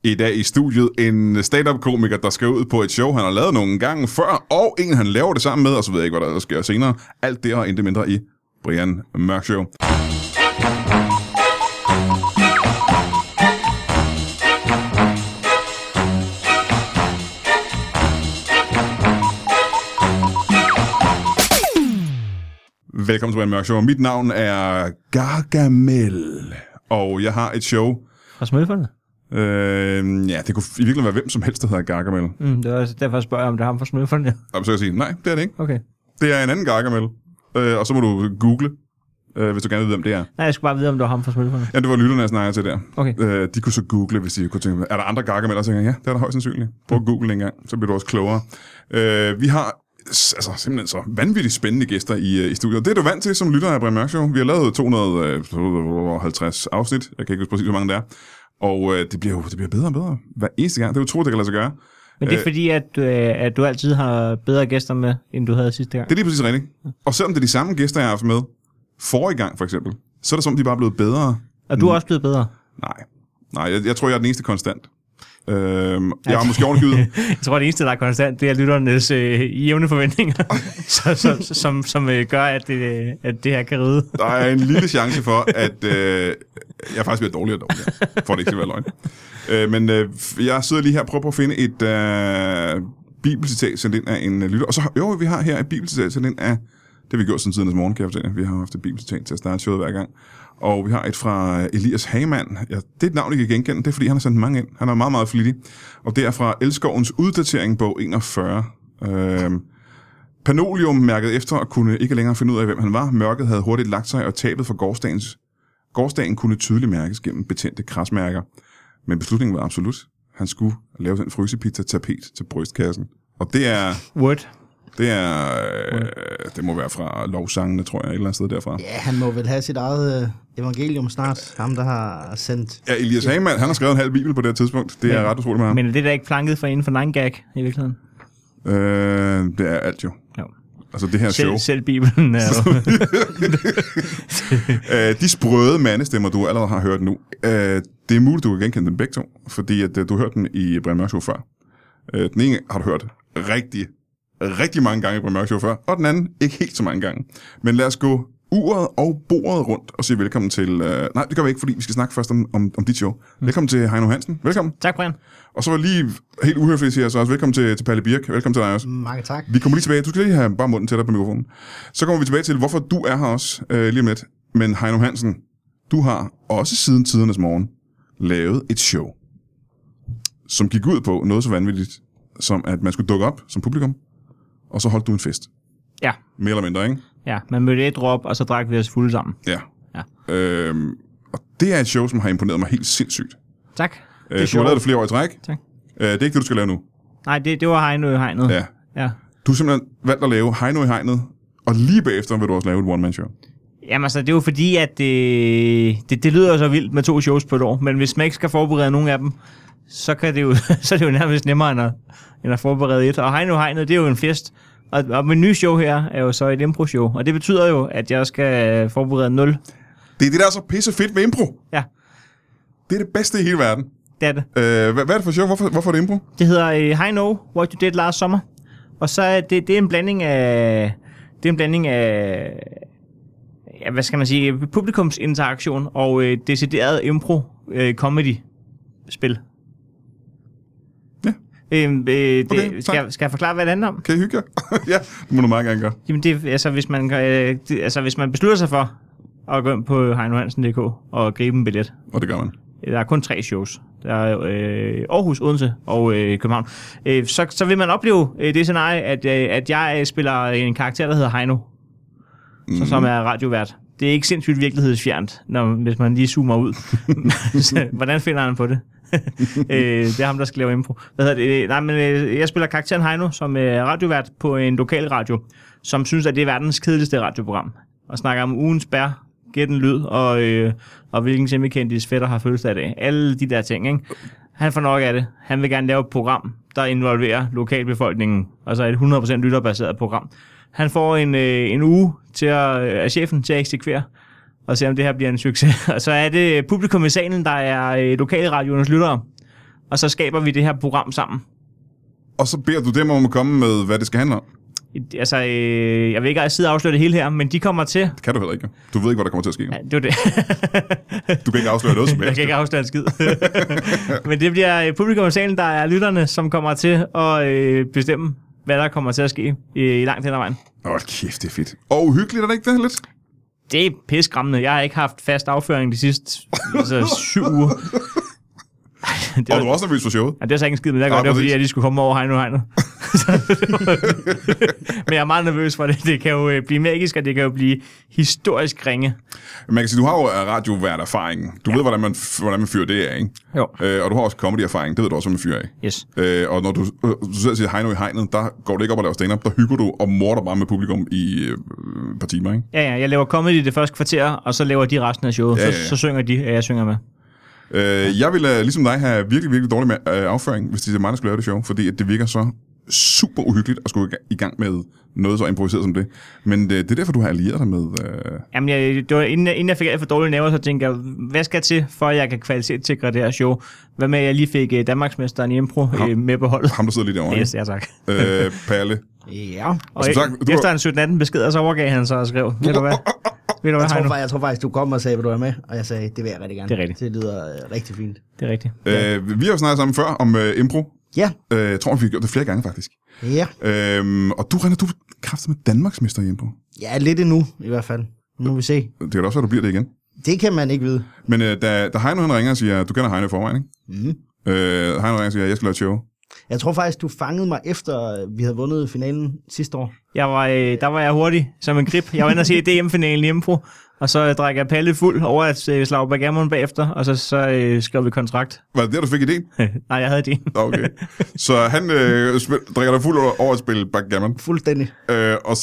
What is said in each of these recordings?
I dag i studiet en stand-up-komiker, der skal ud på et show, han har lavet nogle gange før, og en, han laver det sammen med, og så ved jeg ikke, hvad der sker senere. Alt det og intet mindre i Brian Mørk Show. Velkommen til Brian Mørk Show. Mit navn er Gargamel, og jeg har et show. Fra Smølferne? Ja, det kunne i virkeligheden være hvem som helst, der hedder Gargamel. Det var derfor, jeg spørger, om det er ham fra Smølferne. Og så kan jeg sige, nej, det er det ikke. Okay. Det er en anden Gargamel. Og så må du google, hvis du gerne vil vide, hvem det er. Nej, jeg skulle bare vide, om det var ham fra Smølferne. Ja, det var lytterne, jeg snakker til der. Okay. De kunne så google, hvis de kunne tænke, er der andre Gargameller? Så tænker jeg, ja, det er der højst sandsynligt. Prøv at google en gang, så bliver du også klogere. Vi har simpelthen så vanvittigt spændende gæster i studiet. Det er du vant til som lytter af Brian Mørk Show. Vi har lavet 250 afsnit. Jeg kan ikke huske præcis, hvor mange det er. Og det bliver bedre og bedre hver eneste gang. Det er utroligt, det kan lade sig gøre. Men det er fordi, at du altid har bedre gæster med, end du havde sidste gang. Det er lige præcis rigtigt. Og selvom det er de samme gæster, jeg har haft med forrige gang, for eksempel, så er det som, de bare er blevet bedre. Og du er også blevet bedre? Nej, jeg tror, jeg er den eneste konstant. Jeg har måske overgivet. Jeg tror, det eneste, der er konstant, det er lytternes jævne forventninger, som gør, at det her kan ride. Der er en lille chance for, at jeg faktisk bliver dårligere og dårligere, for det ikke skal være løgn. Men jeg sidder lige her og prøver på at finde et bibelcitat sendt ind af en lytter. Og så vi har her et bibelcitat sendt ind af, det har vi gjort siden tidens morgen, kan jeg fortælle. Vi har haft et bibelcitat til at starte showet hver gang. Og vi har et fra Elias Hamann. Ja, det er et navn, I kan genkende. Det er, fordi han har sendt mange ind. Han er meget, meget flittig. Og det er fra Elskovens uddatering, bog 41. Panolium mærkede efter og kunne ikke længere finde ud af, hvem han var. Mørket havde hurtigt lagt sig, og tabet for gårdsdagen kunne tydeligt mærkes gennem betændte krasmærker. Men beslutningen var absolut. Han skulle lave den frysepizza-tapet til brystkassen. Og det er... What? Det må være fra lovsangene, tror jeg, et eller andet sted derfra. Ja, han må vel have sit eget evangelium snart. Ham, der har sendt... Ja, Elias Hamann, han har skrevet en halv bibel på det her tidspunkt. Det er ret utroligt med ham. Men er det der ikke planket for inden for 9gag i virkeligheden? Det er alt jo. Jo. Altså det her show. Selv Bibelen er jo... De sprøde mandestemmer, du allerede har hørt nu, det er muligt, du kan genkende dem begge to, fordi at, du har hørt dem i Brian Mørk Show før. Den ene har du hørt rigtig mange gange i Brian Mørk Show før, og den anden ikke helt så mange gange. Men lad os gå uret og bordet rundt og sige velkommen til... nej, det gør vi ikke, fordi vi skal snakke først om dit show. Velkommen til Heino Hansen. Velkommen. Tak, Brian. Og så var lige helt uhøfligt siger jeg så også velkommen til Palle Birk. Velkommen til dig også. Mange tak. Vi kommer lige tilbage. Du skal lige have bare munden tættere på mikrofonen. Så kommer vi tilbage til, hvorfor du er her også lige om lidt. Men Heino Hansen, du har også siden tidernes morgen lavet et show, som gik ud på noget så vanvittigt, som at man skulle dukke op som publikum, og så holdt du en fest. Ja. Mere eller mindre, ikke? Ja, man mødte et op, og så drak vi os fulde sammen. Ja. Og det er et show, som har imponeret mig helt sindssygt. Tak. Du har lavet det flere år i træk. Tak. Det er ikke det, du skal lave nu. Nej, det var Heino i hegnet. Ja. Du har simpelthen valgt at lave Heino i hegnet, og lige bagefter vil du også lave et one-man-show. Jamen altså, det er jo fordi, at det lyder så vildt med 2 shows på et år, men hvis man ikke skal forberede nogen af dem, så er det jo nærmest nemmere end at forberede et. Og Heino i hegnet, det er jo en fest. Og min nye show her er jo så et impro-show, og det betyder jo, at jeg skal forberede 0. Det er det, der er så pisse fedt ved impro. Ja. Det er det bedste i hele verden. Det er det. Hvad er det for show? Hvorfor er det impro? Det hedder I Know What You Did Last Summer. Og så er det er en blanding af... Det er en blanding af... Ja, hvad skal man sige? Publikumsinteraktion og decideret impro-comedy-spil. Okay, skal jeg forklare, hvad det handler om? Kan I hygge jer? Ja, det må du meget gerne gøre. Jamen, hvis man beslutter sig for at gå ind på heinohansen.dk og gribe en billet. Og det gør man. Der er kun 3 shows. Der er Aarhus, Odense og København. Så vil man opleve det scenarie, at jeg spiller en karakter, der hedder Heino, som er radiovært. Det er ikke sindssygt virkelighedsfjernt, hvis man lige zoomer ud. Hvordan finder han på det? Det er ham, der skal lave impro. Jeg spiller karakteren Heino, som er radiovært på en lokal radio, som synes, at det er verdens kedeligste radioprogram. Og snakker om ugens bær, gæt en lyd, og hvilken semikendis fætter har fødselsdag i dag. Alle de der ting, ikke? Han får nok af det. Han vil gerne lave et program, der involverer lokalbefolkningen. Altså et 100% lytterbaseret program. Han får en uge af chefen til at eksekvere, og se om det her bliver en succes. Og så er det publikum i salen, der er lokalradioernes lyttere. og så skaber vi det her program sammen. Og så beder du dem om at komme med, hvad det skal handle om? Altså, jeg vil ikke altid afsløre det hele her, men de kommer til... Det kan du heller ikke. Du ved ikke, hvad der kommer til at ske. Ja, det er det. Du kan ikke afsløre noget som helst. Jeg kan ikke afsløre en skid. Men det bliver publikum i salen, der er lytterne, som kommer til at bestemme, hvad der kommer til at ske i langt hen ad vejen. Kæft, det er fedt. Og uhyggeligt, er det ikke det lidt? Det er pisseskræmmende. Jeg har ikke haft fast afføring de sidste 7 uger. Og du var også nervøs for showet? Ja, det er så ikke en skid, men det var fordi, at de skulle komme over hegnet. Men jeg er meget nervøs for det. Det kan jo blive magisk, og det kan jo blive historisk ringe. Man kan sige, du har jo radiovært-erfaring. Du ved, hvordan man fyrer det af, ikke? Jo. Og du har også comedy-erfaring. Det ved du også, hvordan man fyrer af. Yes. Og når du sidder og siger Heino i hegnet, der går det ikke op og laver stand-up. Der hygger du og morder bare med publikum i et par timer, ikke? Ja, jeg laver comedy det første kvarter, og så laver de resten af showet. Ja. Så synger de, og jeg synger med. Jeg ville, ligesom dig, have virkelig, virkelig dårlig med afføring, hvis det er mig, der skulle lave det show, fordi det virker så super uhyggeligt at skulle i gang med noget så improviseret som det. Men det er derfor, du har allieret dig med... Jamen, det var, inden jeg fik alt for dårlige nerver, så tænkte jeg, hvad skal til, for at jeg kan kvalitetssikre det her show? Hvad med, at jeg lige fik Danmarksmesteren i impro med på holdet? Ham, der sidder lige derovre. Yes, ja, tak. Palle. Ja. Og efter en 17-18 beskeder, så overgav han så og skrev, ved du hvad? Jeg tror faktisk, du kom og sagde, at du er med, og jeg sagde, det vil jeg rigtig gerne. Det er rigtigt. Det lyder rigtig fint. Det er rigtigt. Vi har jo snakket sammen før om impro. Ja. Jeg tror, vi har gjort det flere gange, faktisk. Ja. Og du er kraftigt med Danmarksmester i impro. Ja, lidt endnu, i hvert fald. Nu må vi se. Det kan også være, du bliver det igen. Det kan man ikke vide. Men da Heino han ringer og siger, du kender Heino i forvejen, ikke? Heino ringer og siger, jeg skal lave et show. Jeg tror faktisk, du fangede mig efter, vi havde vundet finalen sidste år. Der var jeg hurtig som en grip. Jeg var inde og se DM-finalen i impro, og så drak jeg Palle fuld over at slage backgammon bagefter, og så skrev vi kontrakt. Var det der, du fik idéen? Nej, jeg havde idéen. Okay. Så han drikker dig fuld over at spille backgammon? Fuldstændig. Og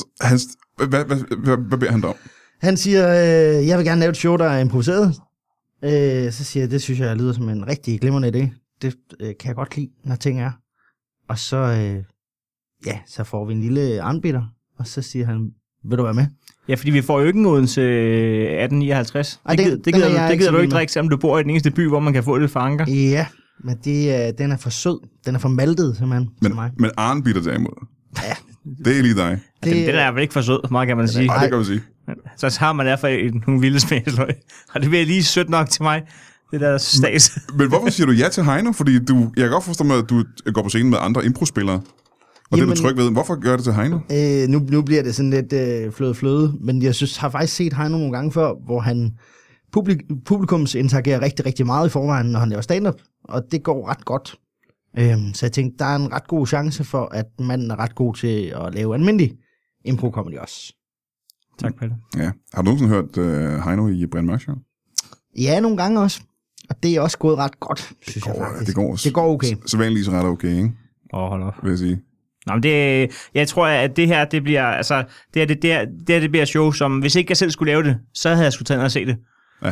hvad beder han dig om? Han siger, jeg vil gerne lave et show, der er improviseret. Så siger jeg, det synes jeg lyder som en rigtig glimrende idé. Det kan jeg godt lide, når ting er. Og så, så får vi en lille armbitter, og så siger han, vil du være med? Ja, fordi vi får jo ikke en Odense 1859. Det gider du ikke drikke, selvom du bor i den eneste by, hvor man kan få det for anker. Ja, men den er for sød. Den er for maltet, simpelthen, til mig. Men armbitter derimod, ja. Det er lige dig. Den er vel ikke for sød, meget kan man sige. Nej, det kan man sige. Så har man derfor nogle vilde smagsløg. Og det bliver lige sødt nok til mig. Det der stas. Men hvorfor siger du ja til Heino? Fordi jeg kan godt forstå med, at du går på scenen med andre improspillere. Og det er du tryg ved. Hvorfor gør det til Heino? Nu bliver det sådan lidt fløde. Men jeg har faktisk set Heino nogle gange før, hvor han publikums interagerer rigtig, rigtig meget i forvejen, når han laver stand-up. Og det går ret godt. Så jeg tænkte, der er en ret god chance for, at manden er ret god til at lave almindelig impro-comedy også. Tak, Palle. Ja. Har du nogensinde hørt Heino i Brian Mørk Show? Ja, nogle gange også. Og det er også gået ret godt, synes jeg faktisk. Det går okay. Så vanligvis ret okay, ikke? Hold op. Vil jeg sige. Nå, men jeg tror, at det her, det bliver, altså, det bliver show, som, hvis ikke jeg selv skulle lave det, så havde jeg skulle tage ned og se det.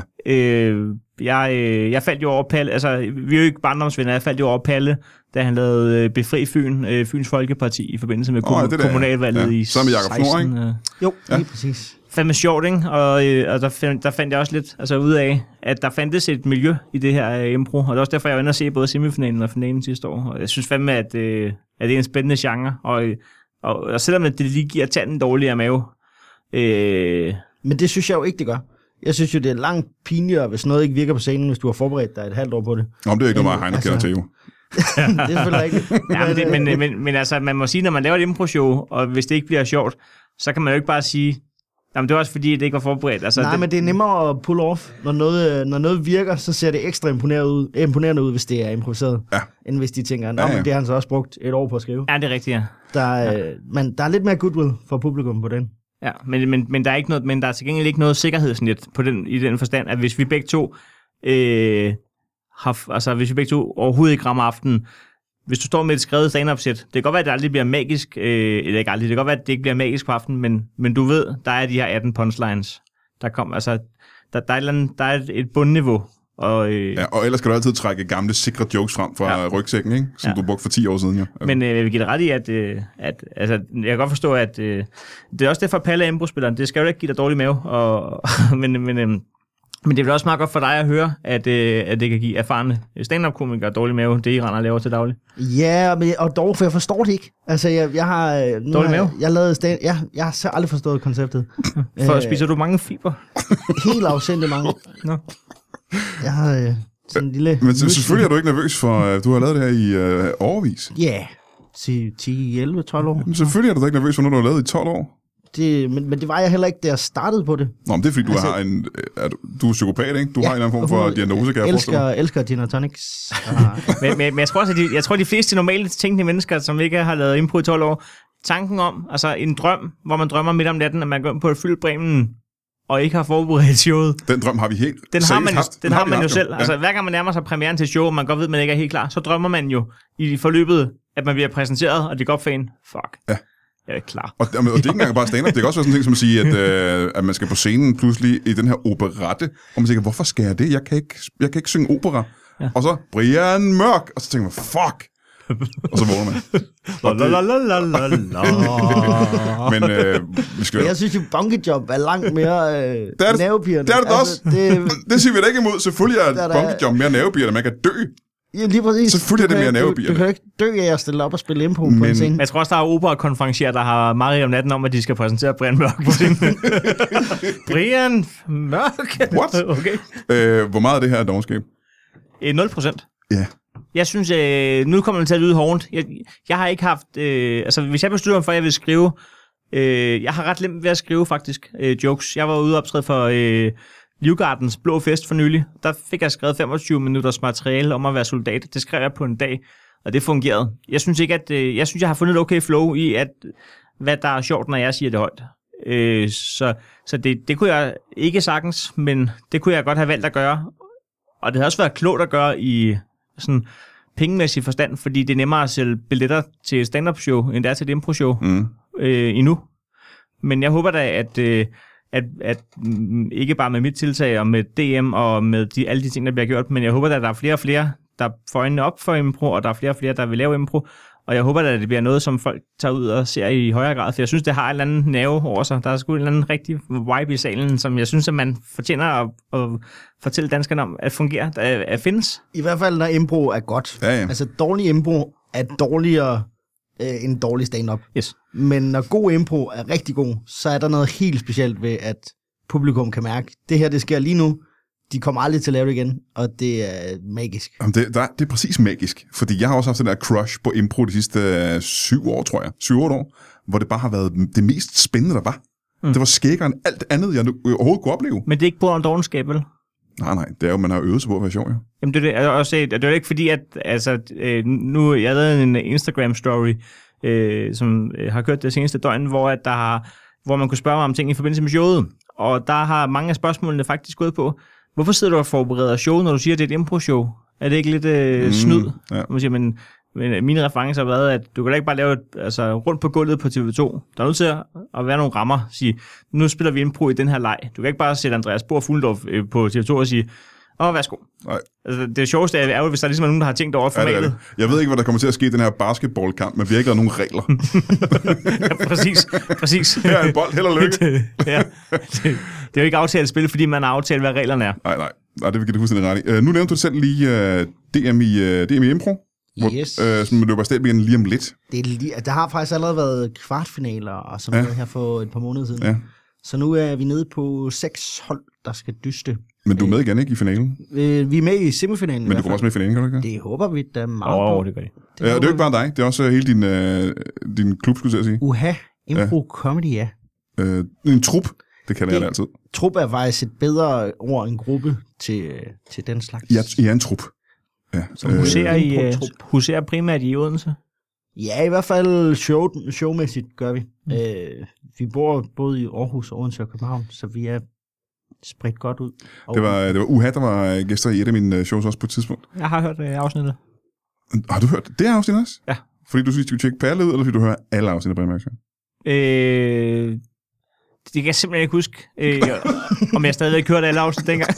Ja. Jeg faldt jo over Palle, altså, vi er jo ikke barndomsvenner, jeg faldt jo over Palle, da han lavede Befri Fyn, Fyns Folkeparti, i forbindelse med kommunalvalget i 16. Så med Jakob Snor, ikke? Jo, lige præcis. Fandme sjovt, ikke? Og der fandt jeg også lidt ud af, at der fandtes et miljø i det her impro, og det er også derfor, jeg var inde og se både semifinalen og finalen sidste år. Og jeg synes fandme, at det er en spændende genre, og selvom det lige giver tanden dårligere mave. Men det synes jeg jo ikke, det gør. Jeg synes jo, det er langt pinligere, hvis noget ikke virker på scenen, hvis du har forberedt dig et halvt år på det. Om det er ikke noget, Heino kender til, jo. Det er selvfølgelig ikke. Men altså, man må sige, når man laver et impro-show, og hvis det ikke bliver sjovt, så kan man jo ikke bare sige, jamen det var også fordi, det ikke var forberedt. Altså, nej, men det er nemmere at pull off. Når noget virker, så ser det ekstra imponerende ud, hvis det er improviseret. Ja. End hvis de tænker, men det har han så også brugt et år på at skrive. Ja, det er rigtigt, ja. Men der er lidt mere goodwill for publikum på den. Ja, men der er ikke noget, men der er til gengæld ikke noget sikkerhedsnet på i den forstand, at hvis vi begge to hvis vi begge to overhovedet ikke rammer aftenen, hvis du står med et skrevet stand-up-sæt, det kan godt være, at det aldrig bliver magisk, eller ikke aldrig, det kan godt være, at det ikke bliver magisk på aftenen, men du ved, der er de her 18 punchlines. Der er et bundniveau. Og ellers skal du altid trække gamle, sikre jokes frem fra rygsækken, ikke? Som du brugte for 10 år siden, jo. Altså. Men jeg vil give dig ret i, at jeg kan godt forstå, at det er også derfor, Palle er impro-spilleren. Det skal jo ikke give dig dårlig mave. Men det er vel også meget godt for dig at høre, at det kan give erfarne stand-up-komikere dårlig mave, det I render og laver til daglig. Ja, og dog, for jeg forstår det ikke. Altså, jeg har... Dårlig mave? Jeg har aldrig forstået konceptet. Spiser du mange fiber? Helt afsindigt mange. Nå. Jeg har sådan en lille... Men selvfølgelig er du ikke nervøs for, du har lavet det her i årevis. Ja, 10, 11, 12 år. Men selvfølgelig er du da ikke nervøs for noget, du har lavet i 12 år. Men det var jeg heller ikke, da jeg startede på det. Nå, men det er fordi, du er psykopat, ikke? Du har en eller anden form for diagnose, kan jeg forstå. Elsker gin og tonics. men jeg tror også, at de fleste normale tænkende mennesker, som ikke har lavet impro i 12 år, tanken om, altså en drøm, hvor man drømmer midt om natten, at man går på et fyldt Bremen, og ikke har forberedt showet. Den drøm har vi helt Den har man jo selv. Ja. Altså, hver gang man nærmer sig premieren til show, og man godt ved, at man ikke er helt klar, så drømmer man jo i forløbet, at man bliver præsenteret, og det går for en. Fuck. Ja. Jeg er ikke klar. Og det er ikke engang bare stand-up. Det kan også være sådan en ting som at sige, at man skal på scenen pludselig i den her operette, og man tænker, hvorfor skal jeg det? Jeg kan ikke synge opera. Ja. Og så Brian Mørk, og så tænker man, fuck. Og så vågner man. Men vi skal... Jeg synes jo, bungee jump er langt mere nervepirrende. Det er det også. Det siger vi da ikke imod. Selvfølgelig er bungee jump mere nervepirrende. Man kan dø. Ja, lige præcis. Selvfølgelig er det mere nervepirrende. Du kan ikke dø af at stille op og spille impro på en scene. Jeg tror også, der er opera-konferencier, der har meget om natten om, at de skal præsentere Brian Mørk på scenen. Brian Mørk? What? Okay. Hvor meget er det her dovenskab? 0%. Ja. Jeg synes, nu kommer man til at lyde hårdt. Jeg har ikke haft... altså, hvis jeg beslutter mig for, at jeg vil skrive... jeg har ret nemt ved at skrive, faktisk, jokes. Jeg var ude og optræde for Livgardens Blå Fest for nylig. Der fik jeg skrevet 25 minutters materiale om at være soldat. Det skrev jeg på en dag, og det fungerede. Jeg synes ikke, at... jeg synes, jeg har fundet et okay flow i, at hvad der er sjovt, når jeg siger det højt. Så det kunne jeg ikke sagtens, men det kunne jeg godt have valgt at gøre. Og det havde også været klogt at gøre i sådan pengemæssig forstand, fordi det er nemmere at sælge billetter til stand-up show, end det er til et impro-show endnu. Men jeg håber da, at ikke bare med mit tiltag og med DM og med alle de ting, der bliver gjort, men jeg håber da, at der er flere og flere, der får øjnene op for impro, og der er flere og flere, der vil lave impro. Og jeg håber da, at det bliver noget, som folk tager ud og ser i højere grad, for jeg synes, det har en eller anden nerve over sig. Der er sgu en eller anden rigtig vibe i salen, som jeg synes, at man fortjener at fortælle danskerne om, at fungere, at findes. I hvert fald, når impro er godt. Ja. Altså, dårlig impro er dårligere end dårlig stand-up. Yes. Men når god impro er rigtig god, så er der noget helt specielt ved, at publikum kan mærke, det her, det sker lige nu. De kommer aldrig til at lave det igen, og det er magisk. Jamen det er præcis magisk, fordi jeg har også haft den der crush på impro de sidste 7 år, tror jeg. 7-8 år, hvor det bare har været det mest spændende, der var. Det var skæggere end alt andet, jeg overhovedet kunne opleve. Men det er ikke på en dovenskab, vel? Nej, det er jo, man har øvet sig på at være sjov, ja. Jamen det er jo ikke fordi, at altså, nu jeg lavede en Instagram-story, som har kørt det seneste døgn, hvor man kunne spørge mig om ting i forbindelse med showet. Og der har mange af spørgsmålene faktisk gået på, hvorfor sidder du og forbereder show, når du siger, at det er et impro-show? Er det ikke lidt snyd? Ja. Man siger, men mine referencer har været, at du kan da ikke bare lave rundt på gulvet på TV2. Der er nødt til at være nogle rammer. Sige, nu spiller vi impro i den her leg. Du kan ikke bare sætte Andreas Bohr Fuglendorf på TV2 og sige, værsgo. Nej. Altså, det sjoveste er jo, hvis der er ligesom nogen, der har tænkt over formatet. Ja, jeg ved ikke, hvad der kommer til at ske i den her basketballkamp, men vi har ikke lavet nogen regler. Ja, præcis. Her er en bold, held og lykke. Det er jo ikke aftalt spil, fordi man har aftalt, hvad reglerne er. Nej, det vil jeg huske ret i. Nu nævnte du selv lige DM i Impro, som løber stadig igen lige om lidt. Der har faktisk allerede været kvartfinaler og sådan noget her for et par måneder siden. Ja. Så nu er vi nede på 6 hold, der skal dyste. Men du er med igen, ikke, i finalen? Vi er med i semifinalen. Men du kommer også med i finalen, kan du ikke? Det håber vi da meget på. Det gør det. Det er jo ikke bare dig, det er også hele din klub, skulle jeg sige. Impro Comedy, ja. En trup, det kalder jeg det altid. Trup er faktisk et bedre ord end gruppe til den slags. Ja, en trup. Ja. Huserer primært i Odense? Ja, i hvert fald showmæssigt gør vi. Vi bor både i Aarhus, Odense og København, så vi er spredt godt ud. Det var Uha, der var gæster i et af mine shows også på et tidspunkt. Jeg har hørt afsnittet. Har du hørt det afsnit også? Ja. Fordi du synes, du tjekke Perle ud, eller fordi du hører alle afsnit af Brian Mørk Show? Det kan jeg simpelthen ikke huske, om jeg stadigvæk hørte alle afsnit dengang.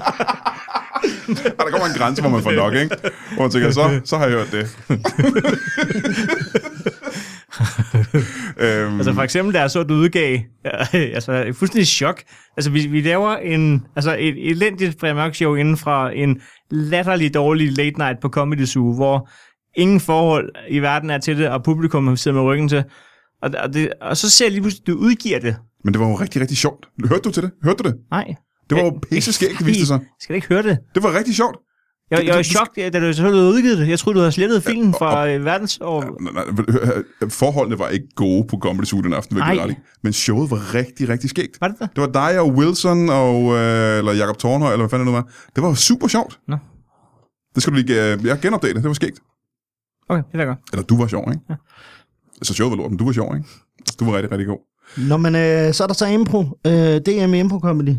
Der kommer en grænse, hvor man får nok, ikke? Hvor man tænker, så har jeg hørt det. Altså for eksempel, der så du udgav, altså fuldstændig chok. Altså vi laver et elendigt Brian Mørk Show inden fra en latterlig dårlig late night på Comedy Zoo, hvor ingen forhold i verden er til det, og publikum sidder med ryggen til. Og så ser jeg lige pludselig, at du udgiver det. Men det var jo rigtig, rigtig sjovt. Hørte du til det? Hørte du det? Nej. Det var jo pisseskægt, det viste sig. Skal ikke høre det? Det var rigtig sjovt. Jeg var i chok, da du havde udgivet det. Jeg troede, du havde slettet filmen fra verdens... Forholdene var ikke gode på Comedy Zoo den aften, men showet var rigtig, rigtig skægt. Var det det? Det var dig og Wilson eller Jakob Tornhøj, eller hvad fanden det nu var. Det var super sjovt. Nå. Det skal du lige genopdage det. Det var skægt. Okay, det var godt. Eller du var sjov, ikke? Ja. Så showet var lort, men du var sjov, ikke? Du var rigtig, rigtig god. Nå, men så er der så impro. DM Impro Comedy.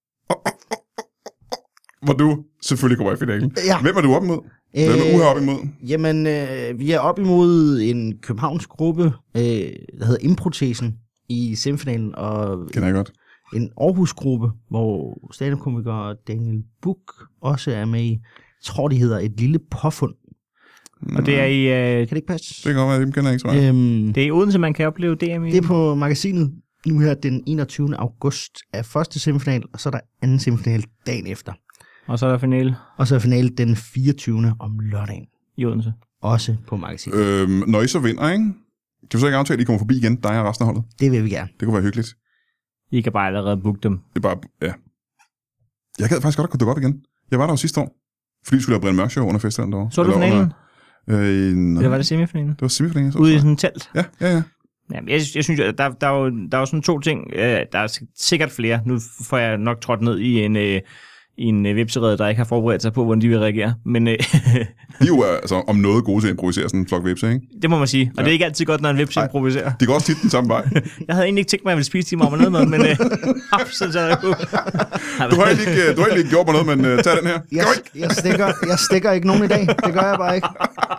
Hvor du selvfølgelig kommer i finalen. Ja. Hvem er du op imod? Hvem er Uha op imod? Jamen, vi er op imod en københavnsk gruppe, der hedder Improtesen i semifinalen, og Kender jeg godt. en Aarhus-gruppe, hvor stand-up-komiker Daniel Buch også er med i. Jeg tror, de hedder Et Lille Påfund. Og det er i... Kan det ikke passe? Det kan godt være, dem kender jeg ikke, tror jeg. Det er i Odense, man kan opleve DM i. Det er på magasinet nu her den 21. august af første semifinal, og så er der anden semifinal dagen efter. Og så er der finale Og så er finale den 24. om lørdagen. i Odense. Også på magasinet. Når I så vinder, ikke? Kan vi så ikke aftale, at I kommer forbi igen, dig og resten af holdet? Det vil vi gerne. Det kunne være hyggeligt. I kan bare allerede booke dem. Det er bare, ja. Jeg gad faktisk godt at kunne dukke op igen. Jeg var der jo sidste år, fordi vi skulle lave Brian Mørk Show under festivalen derovre. Så du finalen? Eller var det semifinalen? Det var semifinalen. Ude i sådan et telt? Ja. Jamen, jeg synes, at der er jo sådan to ting. Der er sikkert flere. Nu får jeg nok trådt ned i en webserie, der ikke har forberedt sig på, hvordan de vil reagere. Men de er jo altså om noget gode til at improvisere sådan en flok webs, ikke? det må man sige. Og det er ikke altid godt, når en webs improviserer. De går også tit den samme vej. Jeg havde egentlig ikke tænkt mig, at jeg ville spise timer om noget med, men absolut så er det Du har egentlig ikke gjort mig noget, men tag den her. Jeg stikker ikke nogen i dag. Det gør jeg bare ikke.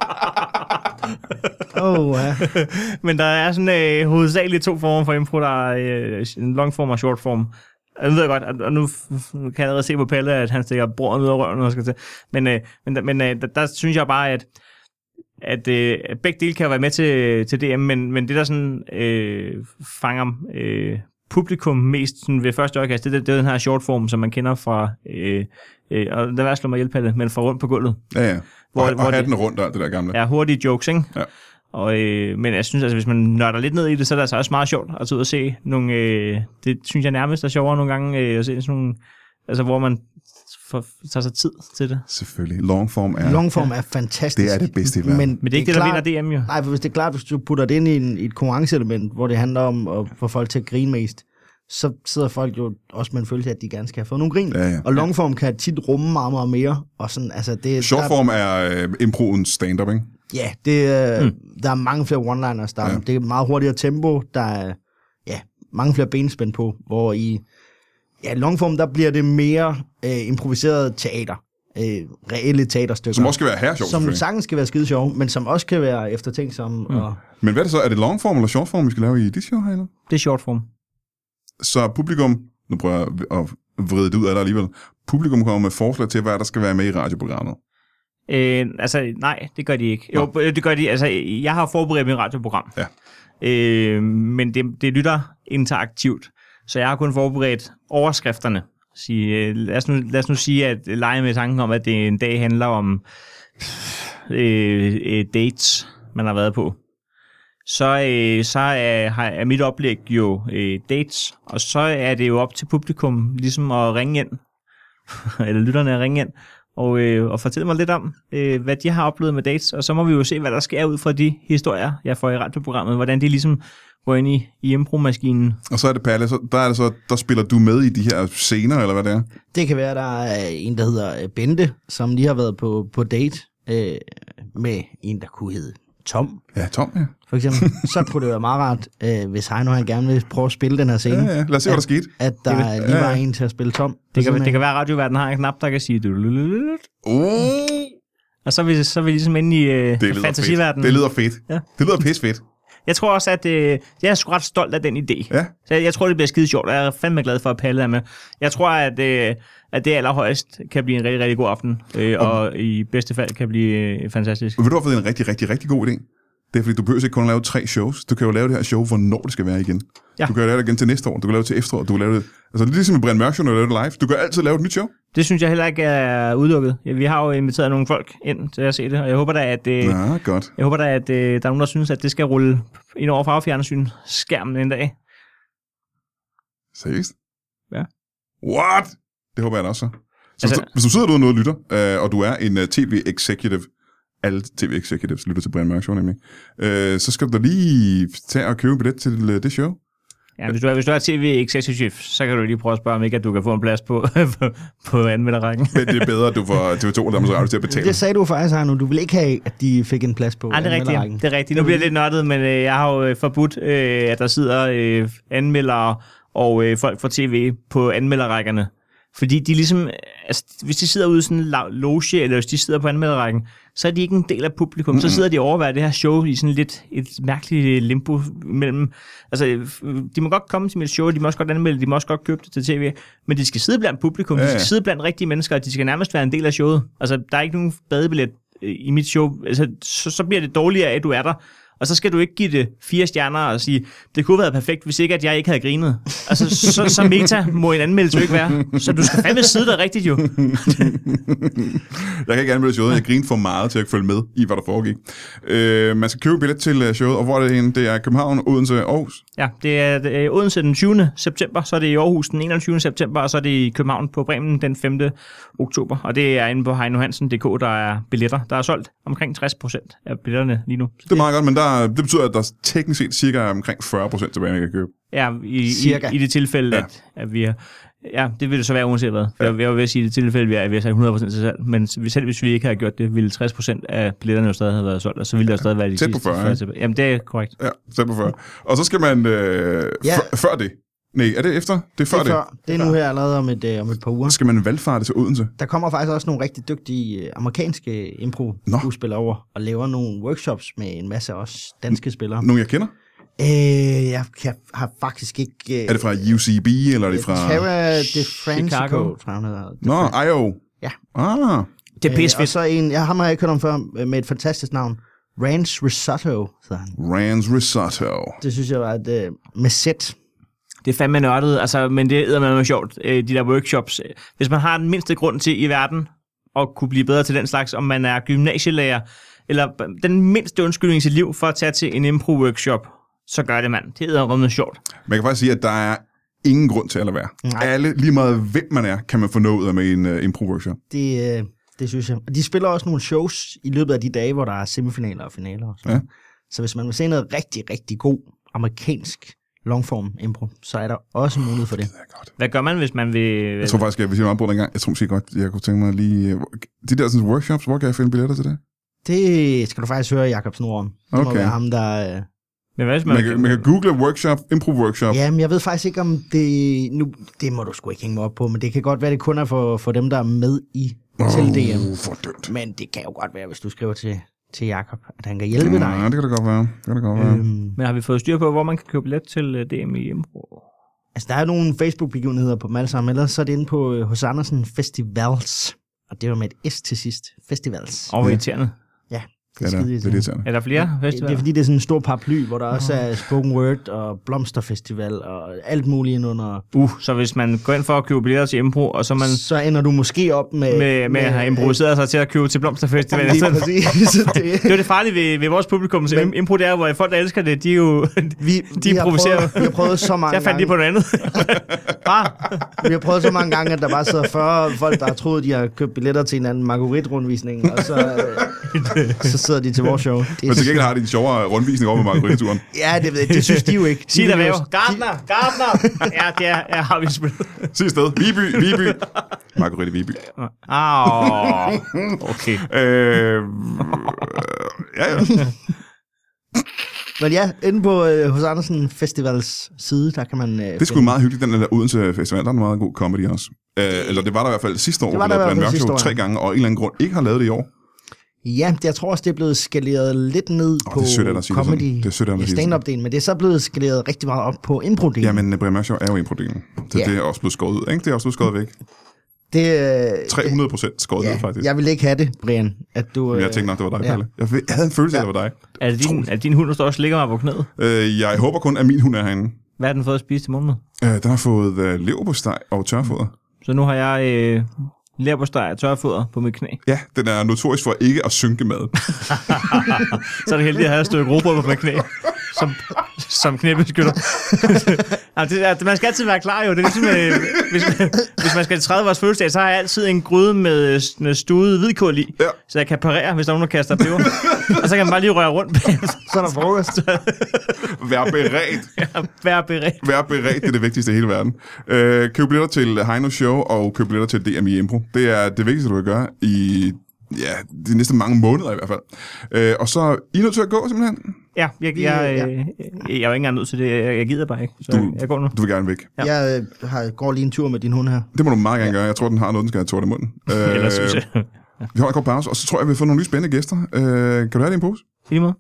Ja. Men der er sådan hovedsageligt to former for impro. Der er en longform og shortform. Jeg ved godt, og nu kan jeg allerede se på Pelle, at han stikker broren ud af røven, når han skal til. Men der synes jeg bare, at begge dele kan være med til DM, men det der sådan fanger publikum mest sådan ved første øjekast, det er den her shortform, som man kender fra, og der vil slå mig hjælp, Pelle, men fra rundt på gulvet. Ja. Hvor hatten rundt og det der gamle. Ja, hurtige jokes, ikke? Ja. Og, men jeg synes, altså, hvis man nørder lidt ned i det, så er det altså også meget sjovt at tage ud og se nogle... det synes jeg nærmest er sjovere nogle gange, at se sådan nogle... Altså, hvor man tager sig tid til det. Selvfølgelig. Longform er fantastisk. Det er det bedste i verden. Men det er ikke det, der vinder DM jo. Nej, for hvis det er klart, hvis du putter det ind i et konkurrenceelement, hvor det handler om at få folk til at grine mest, så sidder folk jo også med en følelse af, at de gerne skal have fået nogle grin. Ja. Og longform kan tit rumme meget, meget mere. Og sådan, altså det, shortform er improens stand-up, ikke? Ja, der er mange flere one-liners. Det er meget hurtigere tempo. Der er mange flere benspænd på, hvor i longform, der bliver det mere improviseret teater. Reelle teaterstykker. Som også skal være her sjovt. Som sagtens skal være skide sjov, men som også kan være eftertænksomme. Men hvad er det så? Er det longform eller shortform, vi skal lave i dit show herinde? Det er shortform. Så publikum, nu prøver jeg at vride det ud af dig alligevel, publikum kommer med forslag til, hvad der skal være med i radioprogrammet. Nej, det gør de ikke. Jo, det gør de. Altså, jeg har forberedt mit radioprogram. Ja. Men det lytter interaktivt. Så jeg har kun forberedt overskrifterne. Lad os nu sige, at lege med tanken om, at det en dag handler om dates, man har været på. Så er mit oplæg jo dates, og så er det jo op til publikum ligesom at ringe ind, eller lytterne at ringe ind, og fortælle mig lidt om, hvad de har oplevet med dates, og så må vi jo se, hvad der sker ud fra de historier, jeg får i radioprogrammet, hvordan de ligesom går ind i impro-maskinen. Og så er det Palle, der spiller du med i de her scener, eller hvad det er? Det kan være, der er en, der hedder Bente, som lige har været på date med en, der kunne hedde Tom. Ja, Tom, ja. For eksempel. Så kunne det være meget rart, hvis Heino han gerne vil prøve at spille den her scene. Ja. Lad os se, hvad der skete. At der lige var en til at spille Tom. Det kan være, at radioverden har en knap, der kan sige... Og så er vi ligesom inde i fantasiverdenen. Det lyder fedt. Ja. Det lyder pis fedt. Jeg tror også, at jeg er sgu ret stolt af den idé. Ja. Så jeg tror, det bliver skide sjovt, og jeg er fandme glad for, at Palle er med. Jeg tror, at det allerhøjst kan blive en rigtig, rigtig god aften, og i bedste fald kan blive fantastisk. Vil du have fået en rigtig, rigtig, rigtig god idé? Det er fordi, du behøver ikke kun at lave 3 shows. Du kan jo lave det her show, hvornår det skal være igen. Ja. Du kan jo lave det igen til næste år. Du kan lave det til efteråret. Du kan lave det... Altså, det er ligesom med Brian Mørk Show, når du laver det live. Du kan altid lave et nyt show. Det synes jeg heller ikke er udelukket. Ja, vi har jo inviteret nogle folk ind til at se det, og jeg håber da, at, godt. der er nogen, der synes, at det skal rulle ind over farvefjernsyn skærmen en dag. Seriøst? Ja. What? Det håber jeg da også. Så Altså, hvis du sidder derude og lytter, og du er en tv-executive, alle tv-executives lytter til Brian Mørk Show nemlig, så skal du da lige tage og købe en billet til det show. ja, hvis du er tv-executive, så kan du lige prøve at spørge om ikke, at du kan få en plads på anmelderrækken. Men det er bedre, at du får TV2 og Danmarks Radio til at betale. Det sagde du faktisk, Arno. Du vil ikke have, at de fik en plads på Nej, det er rigtigt. Det er rigtigt. Nu bliver det lidt nørdet, men jeg har jo forbudt, at der sidder anmeldere og folk fra tv på anmelderrækkerne. Fordi de ligesom, altså, hvis de sidder ude i sådan en loge, eller hvis de sidder på anmelderrækken, så er de ikke en del af publikum. Så sidder de og overværer det her show i sådan lidt et mærkeligt limbo mellem. Altså, de må godt komme til mit show, de må også godt anmelde, de må også godt købe det til tv, men de skal sidde blandt publikum, de skal sidde blandt rigtige mennesker, og de skal nærmest være en del af showet. Altså, der er ikke nogen badebillet i mit show. Altså, så bliver det dårligere af, at du er der. Og så skal du ikke give det 4 stjerner og sige, det kunne have været perfekt, hvis ikke, at jeg ikke havde grinet. Altså, så meta må en anmeldelse jo ikke være. Så du skal fandme sidde der rigtigt, jo. Jeg kan ikke anmelde showet. Jeg griner for meget til at følge med i, hvad der foregik. Man skal købe billet til showet, og hvor er det henne? Det er København, Odense, Aarhus? Ja, det er Odense den 20. september, så er det i Aarhus den 21. september, og så er det i København på Bremen den 5. oktober. Og det er inde på heinohansen.dk, der er billetter. Der er solgt omkring 60% af billetterne lige nu. Så det er meget godt, men det betyder, at der er teknisk set cirka omkring 40% tilbage, man kan købe. Ja, i det tilfælde, at vi er... Ja, det ville det så være uanset hvad. Jeg var ved at sige, at i det tilfælde, vi har 100% til salg, men selv hvis vi ikke havde gjort det, ville 60% af billetterne jo stadig have været solgt, og så ville der stadig være de sidste 40. Jamen, det er korrekt. Ja, tæt på 40. Og så skal man... Før det. Nej, er det efter? Det er før det. Det er nu her allerede om et par uger. Skal man valgfarte til Odense? Der kommer faktisk også nogle rigtig dygtige amerikanske impro-skuespillere over og laver nogle workshops med en masse også danske spillere. Nogle jeg kender? Jeg har faktisk ikke... Er det fra UCB, eller er det fra... Terra de Francisco, tror jeg, hedder. Nå, IO. Ja. Det er pissefedt. Og så en, ham har jeg ikke hørt om før, med et fantastisk navn. Rance Risotto, hedder han. Rance Risotto. Det synes jeg var et med sæt. Det er fandme nørdet, altså, men det er jo sjovt, de der workshops. Hvis man har den mindste grund til i verden at kunne blive bedre til den slags, om man er gymnasielærer, eller den mindste undskyldning i sit liv for at tage til en impro-workshop, så gør det, mand. Det er noget sjovt. Man kan faktisk sige, at der er ingen grund til at lade være. Nej. Alle, lige meget hvem man er, kan man få noget ud af med en impro-workshop. Det synes jeg. Og de spiller også nogle shows i løbet af de dage, hvor der er semifinaler og finaler. Og sådan. Ja. Så hvis man vil se noget rigtig, rigtig god amerikansk longform impro, så er der også mulighed for det. Hvad gør man, hvis man vil... Jeg tror faktisk, jeg vil sige meget på den gang. Jeg tror måske godt, jeg kunne tænke mig lige... De der sådan, workshops, hvor kan jeg finde billetter til det? Det skal du faktisk høre Jakob Snor om. Det må være ham, der... Men hvad, man kan google workshop, impro-workshop. Ja, men jeg ved faktisk ikke, om det... Nu, det må du sgu ikke hænge mig op på, men det kan godt være, det kun er for dem, der er med i til DM. Fordømt. Men det kan jo godt være, hvis du skriver til Jakob, at han kan hjælpe dig. Ja, det kan det godt være. Men har vi fået styr på, hvor man kan købe billet til DM i impro? Altså, der er nogle Facebook-begivenheder på dem alle sammen, ellers så er det inde på hos Andersen Festivals. Og det var med et S til sidst. Festivals. Og irriterende. Ja. Det er irriterende. Er der flere festivaler? Det er fordi, det er sådan en stor paraply, hvor der også er spoken word og blomsterfestival og alt muligt indunder. Så hvis man går ind for at købe billetter til impro, og så ender du måske op med at have improviseret sig til at købe til blomsterfestival. Det er det farlige ved vores publikum. Så impro, det er, hvor folk, der elsker det, de improviserer. Vi har prøvet så mange gange. Jeg fandt lige på noget andet. Vi har prøvet så mange gange, at der bare sidder 40 folk, der har troet, de har købt billetter til en anden Marguerite-rundvisning, og så sidder de til vores show. Men til gengæld har de en sjovere rundvisning over med Marguerite-turen. Ja, det synes de jo ikke. Sig der væv. Gardner! Ja, det har vi spillet. Sidste sted. Viby. Marguerite Viby. Okay. Ja. Men ja, inde på hos Andersen Festivals side, der kan man... det er sgu meget hyggeligt, den der Odense Festival. Der er en meget god comedy også. Eller det var der i hvert fald sidste år, hvor der var en Mørk Show 3 gange, og en eller anden grund ikke har lavet det i år. Ja, jeg tror også, det er blevet skaleret lidt ned på comedy stand-up-delen, men det er så blevet skaleret rigtig meget op på impro-delen. Ja, men Brian Mørk Show er jo impro-delen. Så det er også blevet skåret ud, ikke? Det er også blevet skåret væk. Det, 300% skåret ned, faktisk. Jeg vil ikke have det, Brian. At du, Men jeg tænkte nok, det var dig, Palle. Jeg havde en følelse af, at det var dig. Er det din hund, der står og slikker mig på knæet? Jeg håber kun, at min hund er herinde. Hvad har den fået at spise til morgenmad? Den har fået leverpostej og tørfoder. Så nu har jeg leverpostej og tørfoder på mit knæ. Ja, den er notorisk for ikke at synke mad. Så er det heldigt at have et stykke rugbrød på mit knæ. Som knæbeskytter. Man skal altid være klar, jo. Det er ligesom, hvis man skal til 30 års fødselsdag, så har jeg altid en gryde med stuet hvidkål i, så jeg kan parere, hvis der er nogen, der kaster peber. Og så kan man bare lige røre rundt. Så er der frokost. Vær beredt. Ja, vær beredt. Vær beredt, det er det vigtigste i hele verden. Køb billetter til Heino Show og køb billetter til DMI Impro. Det er det vigtigste, du kan gøre i de næste mange måneder i hvert fald. Og så I er nødt til at gå, simpelthen? Ja, jeg er jo ikke engang nødt til det. Jeg gider bare ikke, så jeg går nu. Du vil gerne væk? Ja. Jeg går lige en tur med din hund her. Det må du meget gerne gøre. Jeg tror, den har noget, den skal have tårt i munden. Ellers synes jeg. Vi holder en kort pause, og så tror jeg, vi har fået nogle nye spændende gæster. Kan du have det i en pose? I lige måde.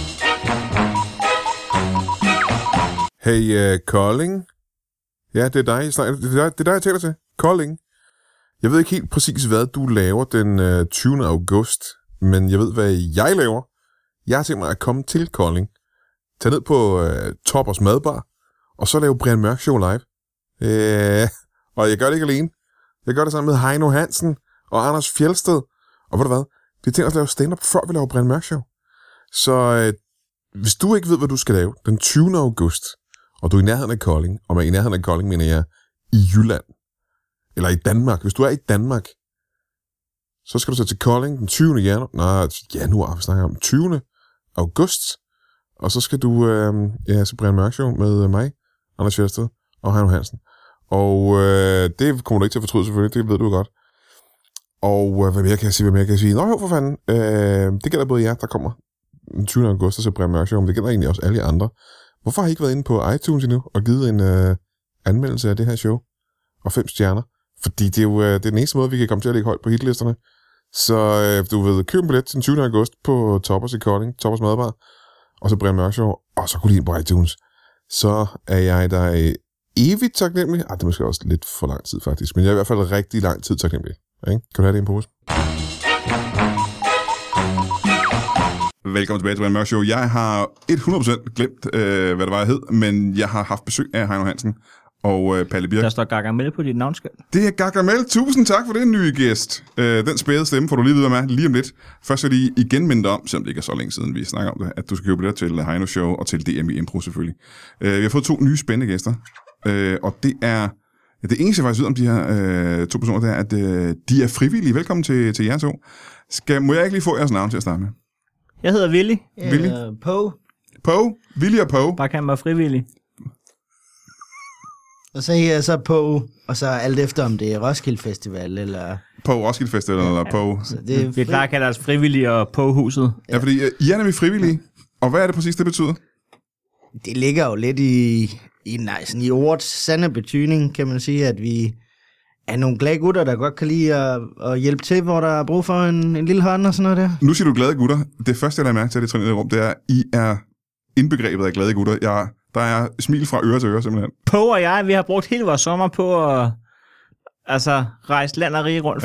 Hey, Kolding? Ja, det er dig, jeg taler til. Kolding. Jeg ved ikke helt præcis, hvad du laver den 20. august, men jeg ved, hvad jeg laver. Jeg har tænkt mig at komme til Kolding, tage ned på Toppers Madbar, og så lave Brian Mørk Show live. Og jeg gør det ikke alene. Jeg gør det sammen med Heino Hansen og Anders Fjeldsted. Og ved du hvad? Vi tænker os at lave stand-up, før vi laver Brian Mørk Show. Så hvis du ikke ved, hvad du skal lave den 20. august, og du er i nærheden af Kolding, og med i nærheden af Kolding mener jeg i Jylland, eller i Danmark. Hvis du er i Danmark, så skal du så til Kolding den 20. januar, vi snakker om 20. august, og så skal du til Brian Mørk Show med mig, Anders Fjeldsted og Heino Hansen. Og det kommer du ikke til at fortryde selvfølgelig, det ved du godt. Og hvad mere kan jeg sige? Nå jo, for fanden. Det gælder både jer, der kommer den 20. august til Brian Mørk Show, men det gælder egentlig også alle andre. Hvorfor har I ikke været inde på iTunes endnu og givet en anmeldelse af det her show? Og 5 stjerner. Fordi det er jo det er den eneste måde, vi kan komme til at ligge højt på hitlisterne. Så du ved, køb en billet til den 20. august på Toppers i Kolding, Toppers Madbar, og så Brian Mørk Show, og så gå lige ind på iTunes. Så er jeg der evigt taknemmelig. Det er måske også lidt for lang tid faktisk, men jeg er i hvert fald rigtig lang tid taknemmelig. Ikke? Kan du have det i en pose? Velkommen tilbage til Brian Mørk Show. Jeg har 100% glemt, hvad det var, jeg hed, men jeg har haft besøg af Heino Hansen og Palle Birk. Der står Gargamel på dit navnskald. Det er Gargamel. Tusind tak for det, nye gæst. Den spæde stemme får du lige videre med lige om lidt. Først skal jeg igen minde om, selvom det ikke er så længe siden, vi snakker om det, at du skal købe det til Heino Show og til DMI Impro selvfølgelig. Vi har fået 2 nye spændende gæster, og det er... Det eneste, jeg faktisk ved om de her 2 personer, det er, at de er frivillige. Velkommen til jer 2. Må jeg ikke lige få jeres navn til at starte med? Jeg hedder Willy. Willy? Poe. Willy og Poe. Bare kan man være frivillig. Og så er så Poe, og så alt efter, om det er Roskilde Festival, eller... Poe Roskilde Festival, eller Poe. Vi plejer at kalde os frivillige og Poe-huset. Ja, fordi I er nemlig frivillige. Og hvad er det præcis, det betyder? Det ligger jo lidt i ordets sande betydning, kan man sige, at vi er nogle glade gutter, der godt kan lide at hjælpe til, hvor der er brug for en lille hånd og sådan noget der. Nu siger du glade gutter. Det første, jeg lader mærke til, det træner i rum, det er, I er indbegrebet af glade gutter. Der er smil fra øre til øre, simpelthen. Poe og jeg, vi har brugt hele vores sommer på at rejse land og rige rundt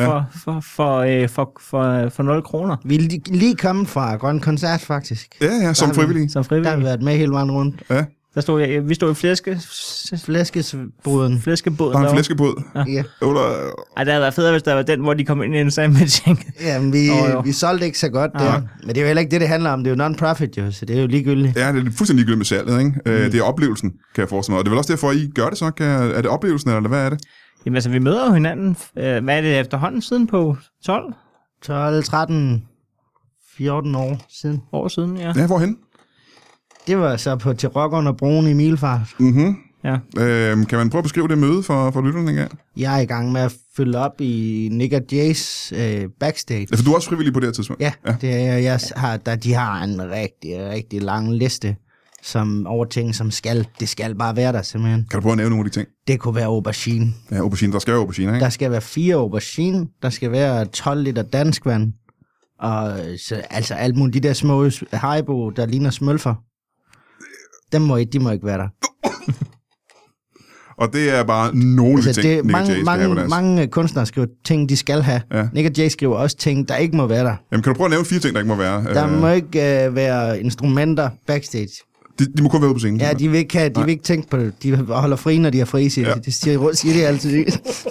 for 0 kroner. Vi er lige kommet fra Grøn Koncert, faktisk. Ja, som frivillige. Der har vi været med hele vejen rundt. Ja. Vi stod i flæskebåden. Flæskebåden. Der er en flæskebåd. Ja. Det havde været federe, hvis der var den, hvor de kom ind i en sandwiching. Ja, men vi solgte ikke så godt der. Men det er jo heller ikke det handler om. Det er jo non-profit, jo, så det er jo ligegyldigt. Ja, det er fuldstændig ligegyldigt med salget, ikke? Det er oplevelsen, kan jeg forestille mig. Og det er vel også derfor, I gør det så? Er det oplevelsen, eller hvad er det? Jamen altså, vi møder jo hinanden. Hvad er det efterhånden siden på 12? 12, 13, 14 år siden. År siden, ja. Ja, hvorhen? Det var så til Rockeren og Broen i Milfart. Mhm. Ja. Kan man prøve at beskrive det møde for lytterne engang? Jeg er i gang med at følge op i Nick og Jays backstage. Ja, for du er også frivillig på det her tidspunkt? Ja. Det er de har en rigtig lang liste over ting, som det skal bare være der simpelthen. Kan du prøve at nævne nogle af de ting? Det kunne være aubergine. Ja, aubergine. Der skal være aubergine, ikke? Der skal være 4 aubergine. Der skal være 12 liter danskvand. Og så, altså alt muligt. De der små Haribo, der ligner smølfer. De må ikke være der. Og det er bare nogle af de ting, det, Nick og Jay skal have på deres. mange kunstnere skriver ting, de skal have. Ja. Nick og Jay skriver også ting, der ikke må være der. Jamen, kan du prøve at nævne 4 ting, der ikke må være? Der må ikke være instrumenter backstage. De må kun være ude på scenen. Ja, de vil ikke tænke på det. De holder fri, når de har fri, siger de. Det siger de altid.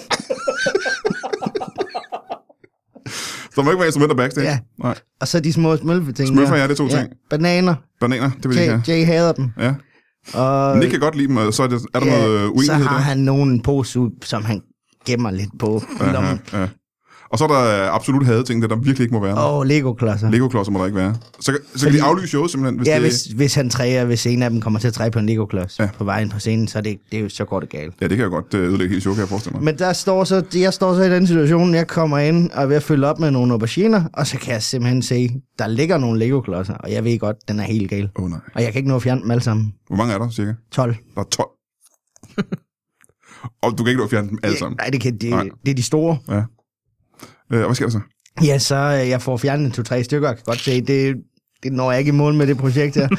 Der må ikke være instrumenter backstage? Ja. Nej. Og så de små smølfe-ting. Smølfer, ja, det er 2 ting. Bananer. Bananer, det vil jeg ikke have. Jay hader dem. Ja. Og Nick kan godt lide dem, og så er der noget uenighed så har der. han nogen pose ud, som han gemmer lidt på. Ja. Og så er der absolut hadeting, der virkelig ikke må være. Lego-klodser. Lego-klodser må der ikke være. Så kan de aflyse showet simpelthen? Hvis en af dem kommer til at træde på en Lego-klods på vejen på scenen, så så går det galt. Ja, det kan jo godt ødelægge hele showet, kan jeg forestille mig. Men jeg står så i den situation, jeg kommer ind og er ved at fylde op med nogle auberginer, og så kan jeg simpelthen se, der ligger nogle Lego-klodser, og jeg ved godt, den er helt gal. Nej. Og jeg kan ikke nå at fjerne dem alle sammen. Hvor mange er der, cirka? 12. Der er 12. Og du kan ikke nå at fjerne dem alle sammen? Nej, det er de store. Ja. Hvad sker der så? Ja, så jeg får fjernet 2-3 stykker. Jeg kan godt se, det når jeg ikke i mål med det projekt her.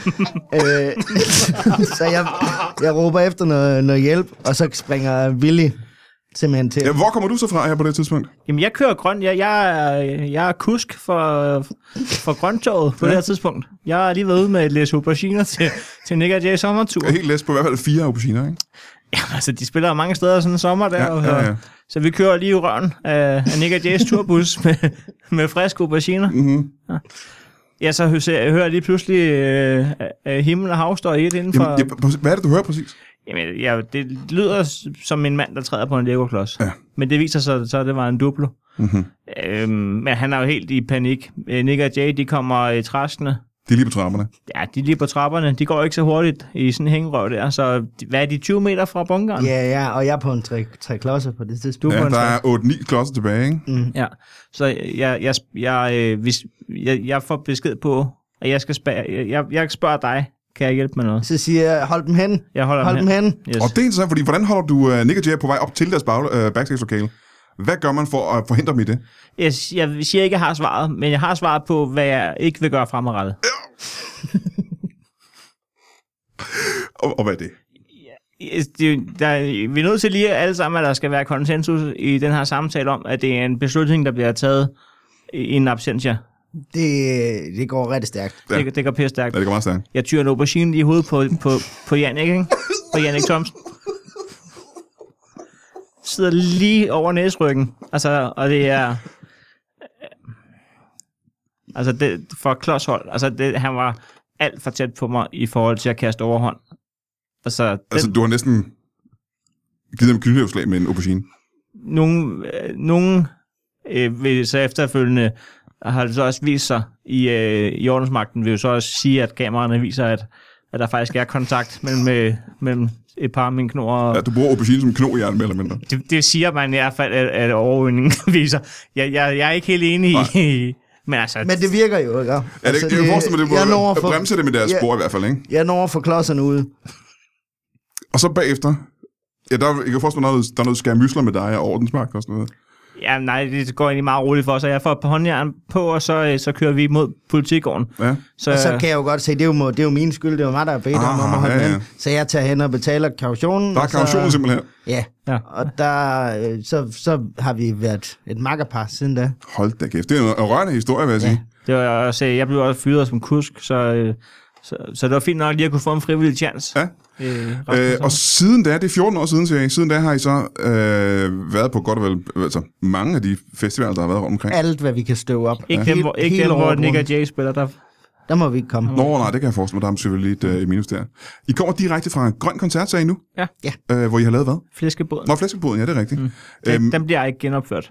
Så jeg råber efter noget hjælp, og så springer Willy simpelthen til. Ja, hvor kommer du så fra her på det tidspunkt? Jamen, jeg kører grøn. Jeg er kusk for grøntoget på det her tidspunkt. Jeg er lige været ude med et læs auberginer til Nick og Jay sommertur. Jeg er helt læst på i hvert fald 4 auberginer, ikke? Jamen, altså, de spiller mange steder sådan en sommer der. Ja. Så vi kører lige i røven af Nick og Jays turbus med friske auberginer. Mm-hmm. Ja, så hører jeg lige pludselig himmel og hav står i et indenfor. Jamen, hvad er det, du hører præcis? Jamen, det lyder som en mand, der træder på en Lego-klods. Ja. Men det viser sig, så det var en Duplo. Mm-hmm. Men han er jo helt i panik. Nick og Jay, de kommer traskende. De er lige på trapperne. Ja, de er lige på trapperne. De går ikke så hurtigt i sådan en hængerøv der. Så hvad er de 20 meter fra bunkeren? Ja, og jeg er på en 3 klodser på det tidspunkt. Ja, der er 8-9 klodser tilbage, ikke? Mm. Ja, så jeg får besked på, at jeg skal jeg spørger dig, kan jeg hjælpe med noget? Så siger jeg, hold dem hen. Jeg holder dem hen. Yes. Og det er interessant, fordi hvordan holder du Nick og Jay på vej op til deres backstage-lokale? Hvad gør man for at forhindre dem i det? Jeg siger ikke, at jeg har svaret, men jeg har svaret på, hvad jeg ikke vil gøre fremadrettet. Og hvad er det? Vi er nødt til lige alle sammen, at der skal være konsensus i den her samtale om, at det er en beslutning, der bliver taget i en absentia. Det går rigtig stærkt. Ja. Det går pænt stærkt. Ja, det går meget stærkt. Jeg tyrer en aubergine lige i hovedet på Jannik, ikke? På Jannik Thomsen. Sidder lige over næsryggen. Altså, og det er... Altså, det for klodshold. Altså, han var alt for tæt på mig i forhold til at kaste overhånd. Altså, du har næsten givet dem knytnæveslag med en aubergine. Nogen vil så efterfølgende har det så også vist sig i ordensmagten, vil jo så også sige, at kameraerne viser, at der faktisk er kontakt mellem et par af mine knor. Ja, du bruger aubergine som knogjern, mere eller mindre. Det siger man i hvert fald, at overvågningen viser. Jeg er ikke helt enig i... Men det virker jo, ikke? Ja, altså, jeg kan forestille mig, det må bremse det med deres spor i hvert fald, ikke? Jeg når at få klodserne ude. Og så bagefter, jeg kan forestille mig, der er noget skærmysler med dig og ordensmagt og sådan noget. Ja, nej, det går egentlig meget roligt for os, og jeg får et par håndjern på, og så kører vi mod politigården. Ja. Og så kan jeg jo godt se, det er jo min skyld, det var mig, der har bedt om at holde med. Så jeg tager hen og betaler kautionen. Der er kautionen simpelthen. Ja, og der, så har vi været et makkerpar siden da. Hold da kæft, det er en rørende historie, vil jeg sige. Det var også, jeg blev også fyret som kusk, så det var fint nok lige at kunne få en frivillig chance. Ja. Og siden da, det er 14 år siden, siger jeg, siden da har I så været på godt og vel, altså mange af de festivaler, der har været rundt omkring. Alt, hvad vi kan støve op. Ikke dem, hvor Nick og Jay spiller der. Der må vi ikke komme. Nå, nej, det kan jeg forestille mig, der er selvfølgelig et minus der. I kommer direkte fra en grøn koncert, sagde I nu? Ja. Hvor I har lavet hvad? Flæskebåden. Nå, Flæskebåden, ja, det er rigtigt. Den bliver ikke genopført.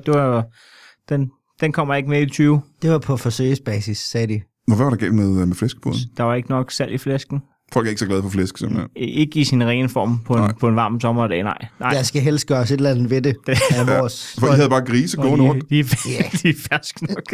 Den kommer ikke med i 20. Det var på forsøgsbasis, sagde de. Hvad var der galt med Flæskebåden? Der var ikke nok salg i flæsken. Folk er ikke så glade for flæsk, simpelthen. Ikke i sin rene form på en varm sommerdag, nej. Der skal helst gøres et eller andet ved det. For I havde bare grise gående rundt. De er ferske nok.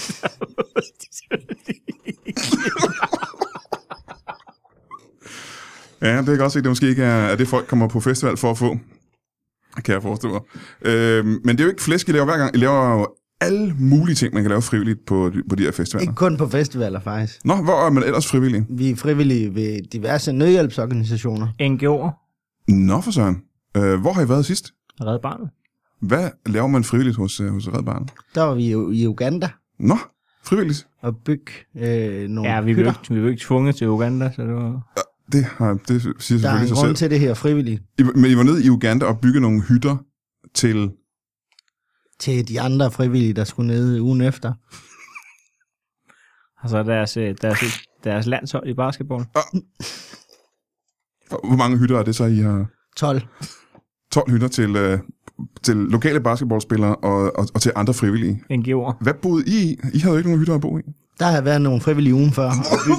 Ja, det kan godt se, at det måske ikke er det, folk kommer på festival for at få. Kan jeg forestille mig. Men det er jo ikke flæsk, I laver hver gang. I laver jo alle mulige ting, man kan lave frivilligt på de her festivaler. Ikke kun på festivaler, faktisk. Nå, hvor er man ellers frivillig? Vi er frivillige ved diverse nødhjælpsorganisationer. NGO'er. Nå, for søren. Hvor har I været sidst? Red Barnet. Hvad laver man frivilligt hos Red Barnet? Der var vi jo i Uganda Nå, frivilligt. og bygge nogle Ja, vi hytter. blev ikke tvunget til Uganda, så det var... Det siger Der er selvfølgelig en sig grund selv. til det her frivilligt. Men I var nede i Uganda og bygge nogle hytter til... Til de andre frivillige, der skulle ned ugen efter. Altså deres landshold i basketball. Hvor mange hytter er det så, I har? 12. 12 hytter til lokale basketballspillere og til andre frivillige. NGO'er. Hvad boede I i? I havde jo ikke nogen hytter at bo i. Der har været nogle frivillige ugen før.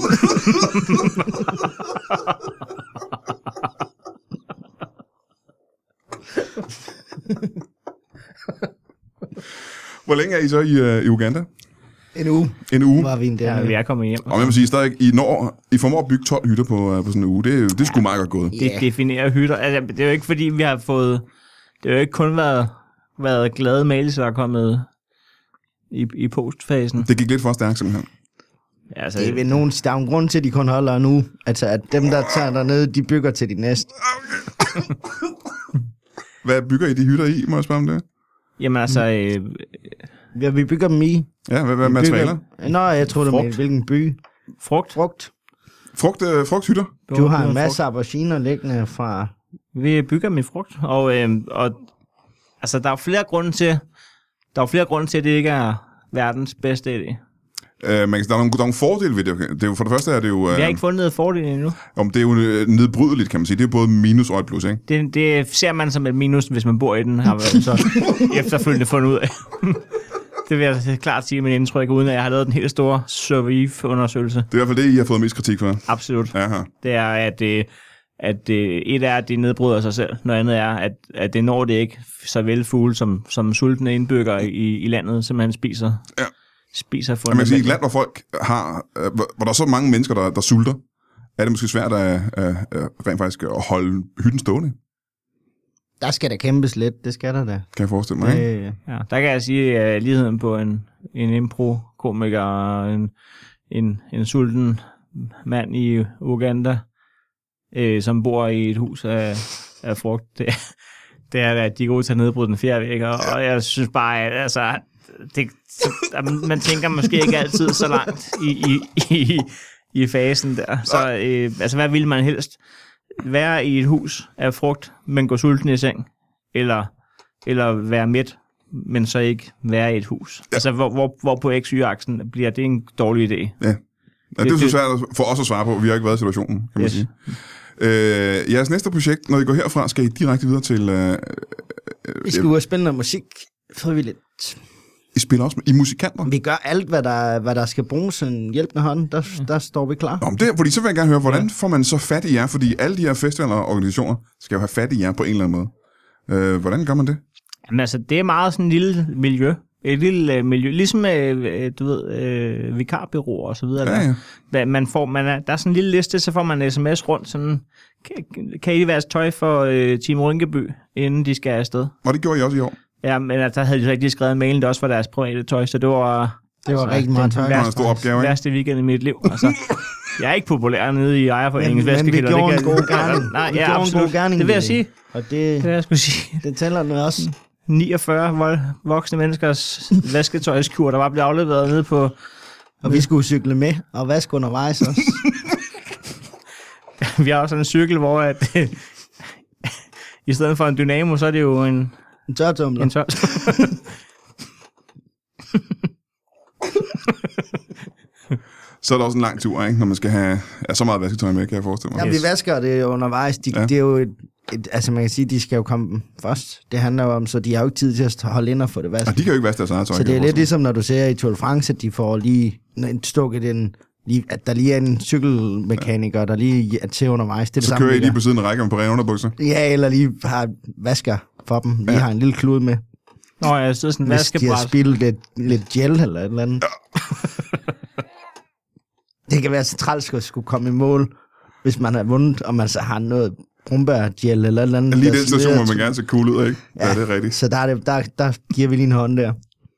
Hvor længe er I så i Uganda? En uge En uge? var vi en der. Ja, vi er kommet hjem. Og man må sige, stadig, I formår at bygge 12 hytter på sådan en uge. Det er sgu meget godt gået. Det definerer hytter. Altså, det er jo ikke fordi, vi har fået... Det har jo ikke kun været glade mails, der er kommet i postfasen. Det gik lidt for stærkt, simpelthen. Altså, Det er vel nogen, der er en grund til, at de kun holder en uge. Altså, at dem, der tager dernede, de bygger til de næste. Hvad bygger I de hytter i, må jeg spørge om det? jamen altså... Ja, vi bygger dem i. Ja, hvad materialer? Nå, jeg tror det med Frugt. hvilken by. frugt. Frugthytter? Du har en masse auberginer liggende fra... Vi bygger med frugt, og altså, der er flere grunde til, at det ikke er verdens bedste idé. Der er nogle fordele ved det. Det er jo, for det første er det jo... Vi har ikke fundet fordelen endnu. Det er jo nedbrydeligt, kan man sige. Det er både minus og et plus, ikke? Det ser man som et minus, hvis man bor i den, har vi så efterfølgende fundet ud af. Det vil jeg klart sige med indtryk, uden at jeg har lavet den helt store survey-undersøgelse. Det er i hvert fald det, I har fået mest kritik for. Absolut. Aha. Det er, at et er, at det nedbryder sig selv. Noget andet er, at det når det ikke så vel fugle, som sultne indbyggere i landet, som man spiser. Ja. Spiser Man kan sige, i et fundamentalt. land, hvor folk har... Hvor der er så mange mennesker, der sulter, er det måske svært at rent faktisk at holde hytten stående. Der skal der kæmpes lidt, det skal der da. Kan jeg forestille mig, ikke? Ja, der kan jeg sige, at ligheden på en impro-komiker og en sulten mand i Uganda, som bor i et hus af frugt, det er, at de er gode til at nedbryde den fjerde væg, og jeg synes bare, at altså, man tænker måske ikke altid så langt i fasen der. Så altså, hvad vil man helst? Være i et hus af frugt, men gå sulten i seng? Eller være mæt, men så ikke være i et hus? Ja. Altså, hvor på x-y-aksen bliver det en dårlig idé? Ja, det er så svært for os at svare på. Vi har ikke været i situationen, kan man sige. Jeres næste projekt, når I går herfra, skal I direkte videre til... Vi skal ud og spille noget musik frivilligt. I spiller også med... I er musikanter? Vi gør alt, hvad der skal bruges en hjælpende hånd. Der står vi klar. Nå, men fordi så vil jeg gerne høre, hvordan får man så fat i jer? Fordi alle de her festivaler og organisationer skal jo have fat i jer på en eller anden måde. Hvordan gør man det? Jamen altså, det er meget sådan et lille miljø. Et lille miljø, ligesom du ved, vikarbureauer og så videre. Ja. Der er sådan en lille liste, så får man en sms rundt, sådan, kan I være tøj for Team Rynkeby, inden de skal afsted? Og det gjorde I også i år. Ja, men der havde de så ikke skrevet en mail, det også for deres private tøj, så det var rigtig meget tøj. Det var en stor opgave, ikke? værste weekend i mit liv. Altså, jeg er ikke populær nede i ejerforeningens Men vi vaskekælder. gjorde en god gerning. Nej, Vi ja, gjorde en absolut. god gerning, Det vil jeg Lille. sige. Og Det vil jeg skulle sige. det tæller nu også. 49 voksne menneskers vasketøjskur, der bare blev afleveret nede på... Og vi skulle cykle med og vaske undervejs også. Vi har også sådan en cykel, hvor at, i stedet for en dynamo, så er det jo en Tørtumler. tør. Så er der også en lang tur, ikke? Når man skal have så meget vasketøj med, kan jeg forestille mig. Ja, vi vasker det undervejs. Det er jo altså man kan sige, de skal jo komme først. Det handler jo om, så de har jo ikke tid til at holde ind og få det vasket. Og de kan jo ikke vaske deres eget tøj. Så det er lidt ligesom, når du ser i Tour de France, at de får lige stukket at der lige er en cykelmekaniker, der lige er til undervejs. Det er det Så samme, kører I det lige der. på siden af rækken på rene underbukser. Ja, eller lige har vasker for dem. Lige har en lille klud med. Nå, jeg sidder sådan en Hvis de har vaskebræt. spildt lidt gel eller et eller andet. Det kan være så træls at skulle komme i mål, hvis man har vundet, og man så har noget brumbærgel eller et eller andet. Lige der den station, slider hvor man til. gerne ser cool ud, ikke? Ja, det er rigtigt. Så der giver vi lige en hånd der.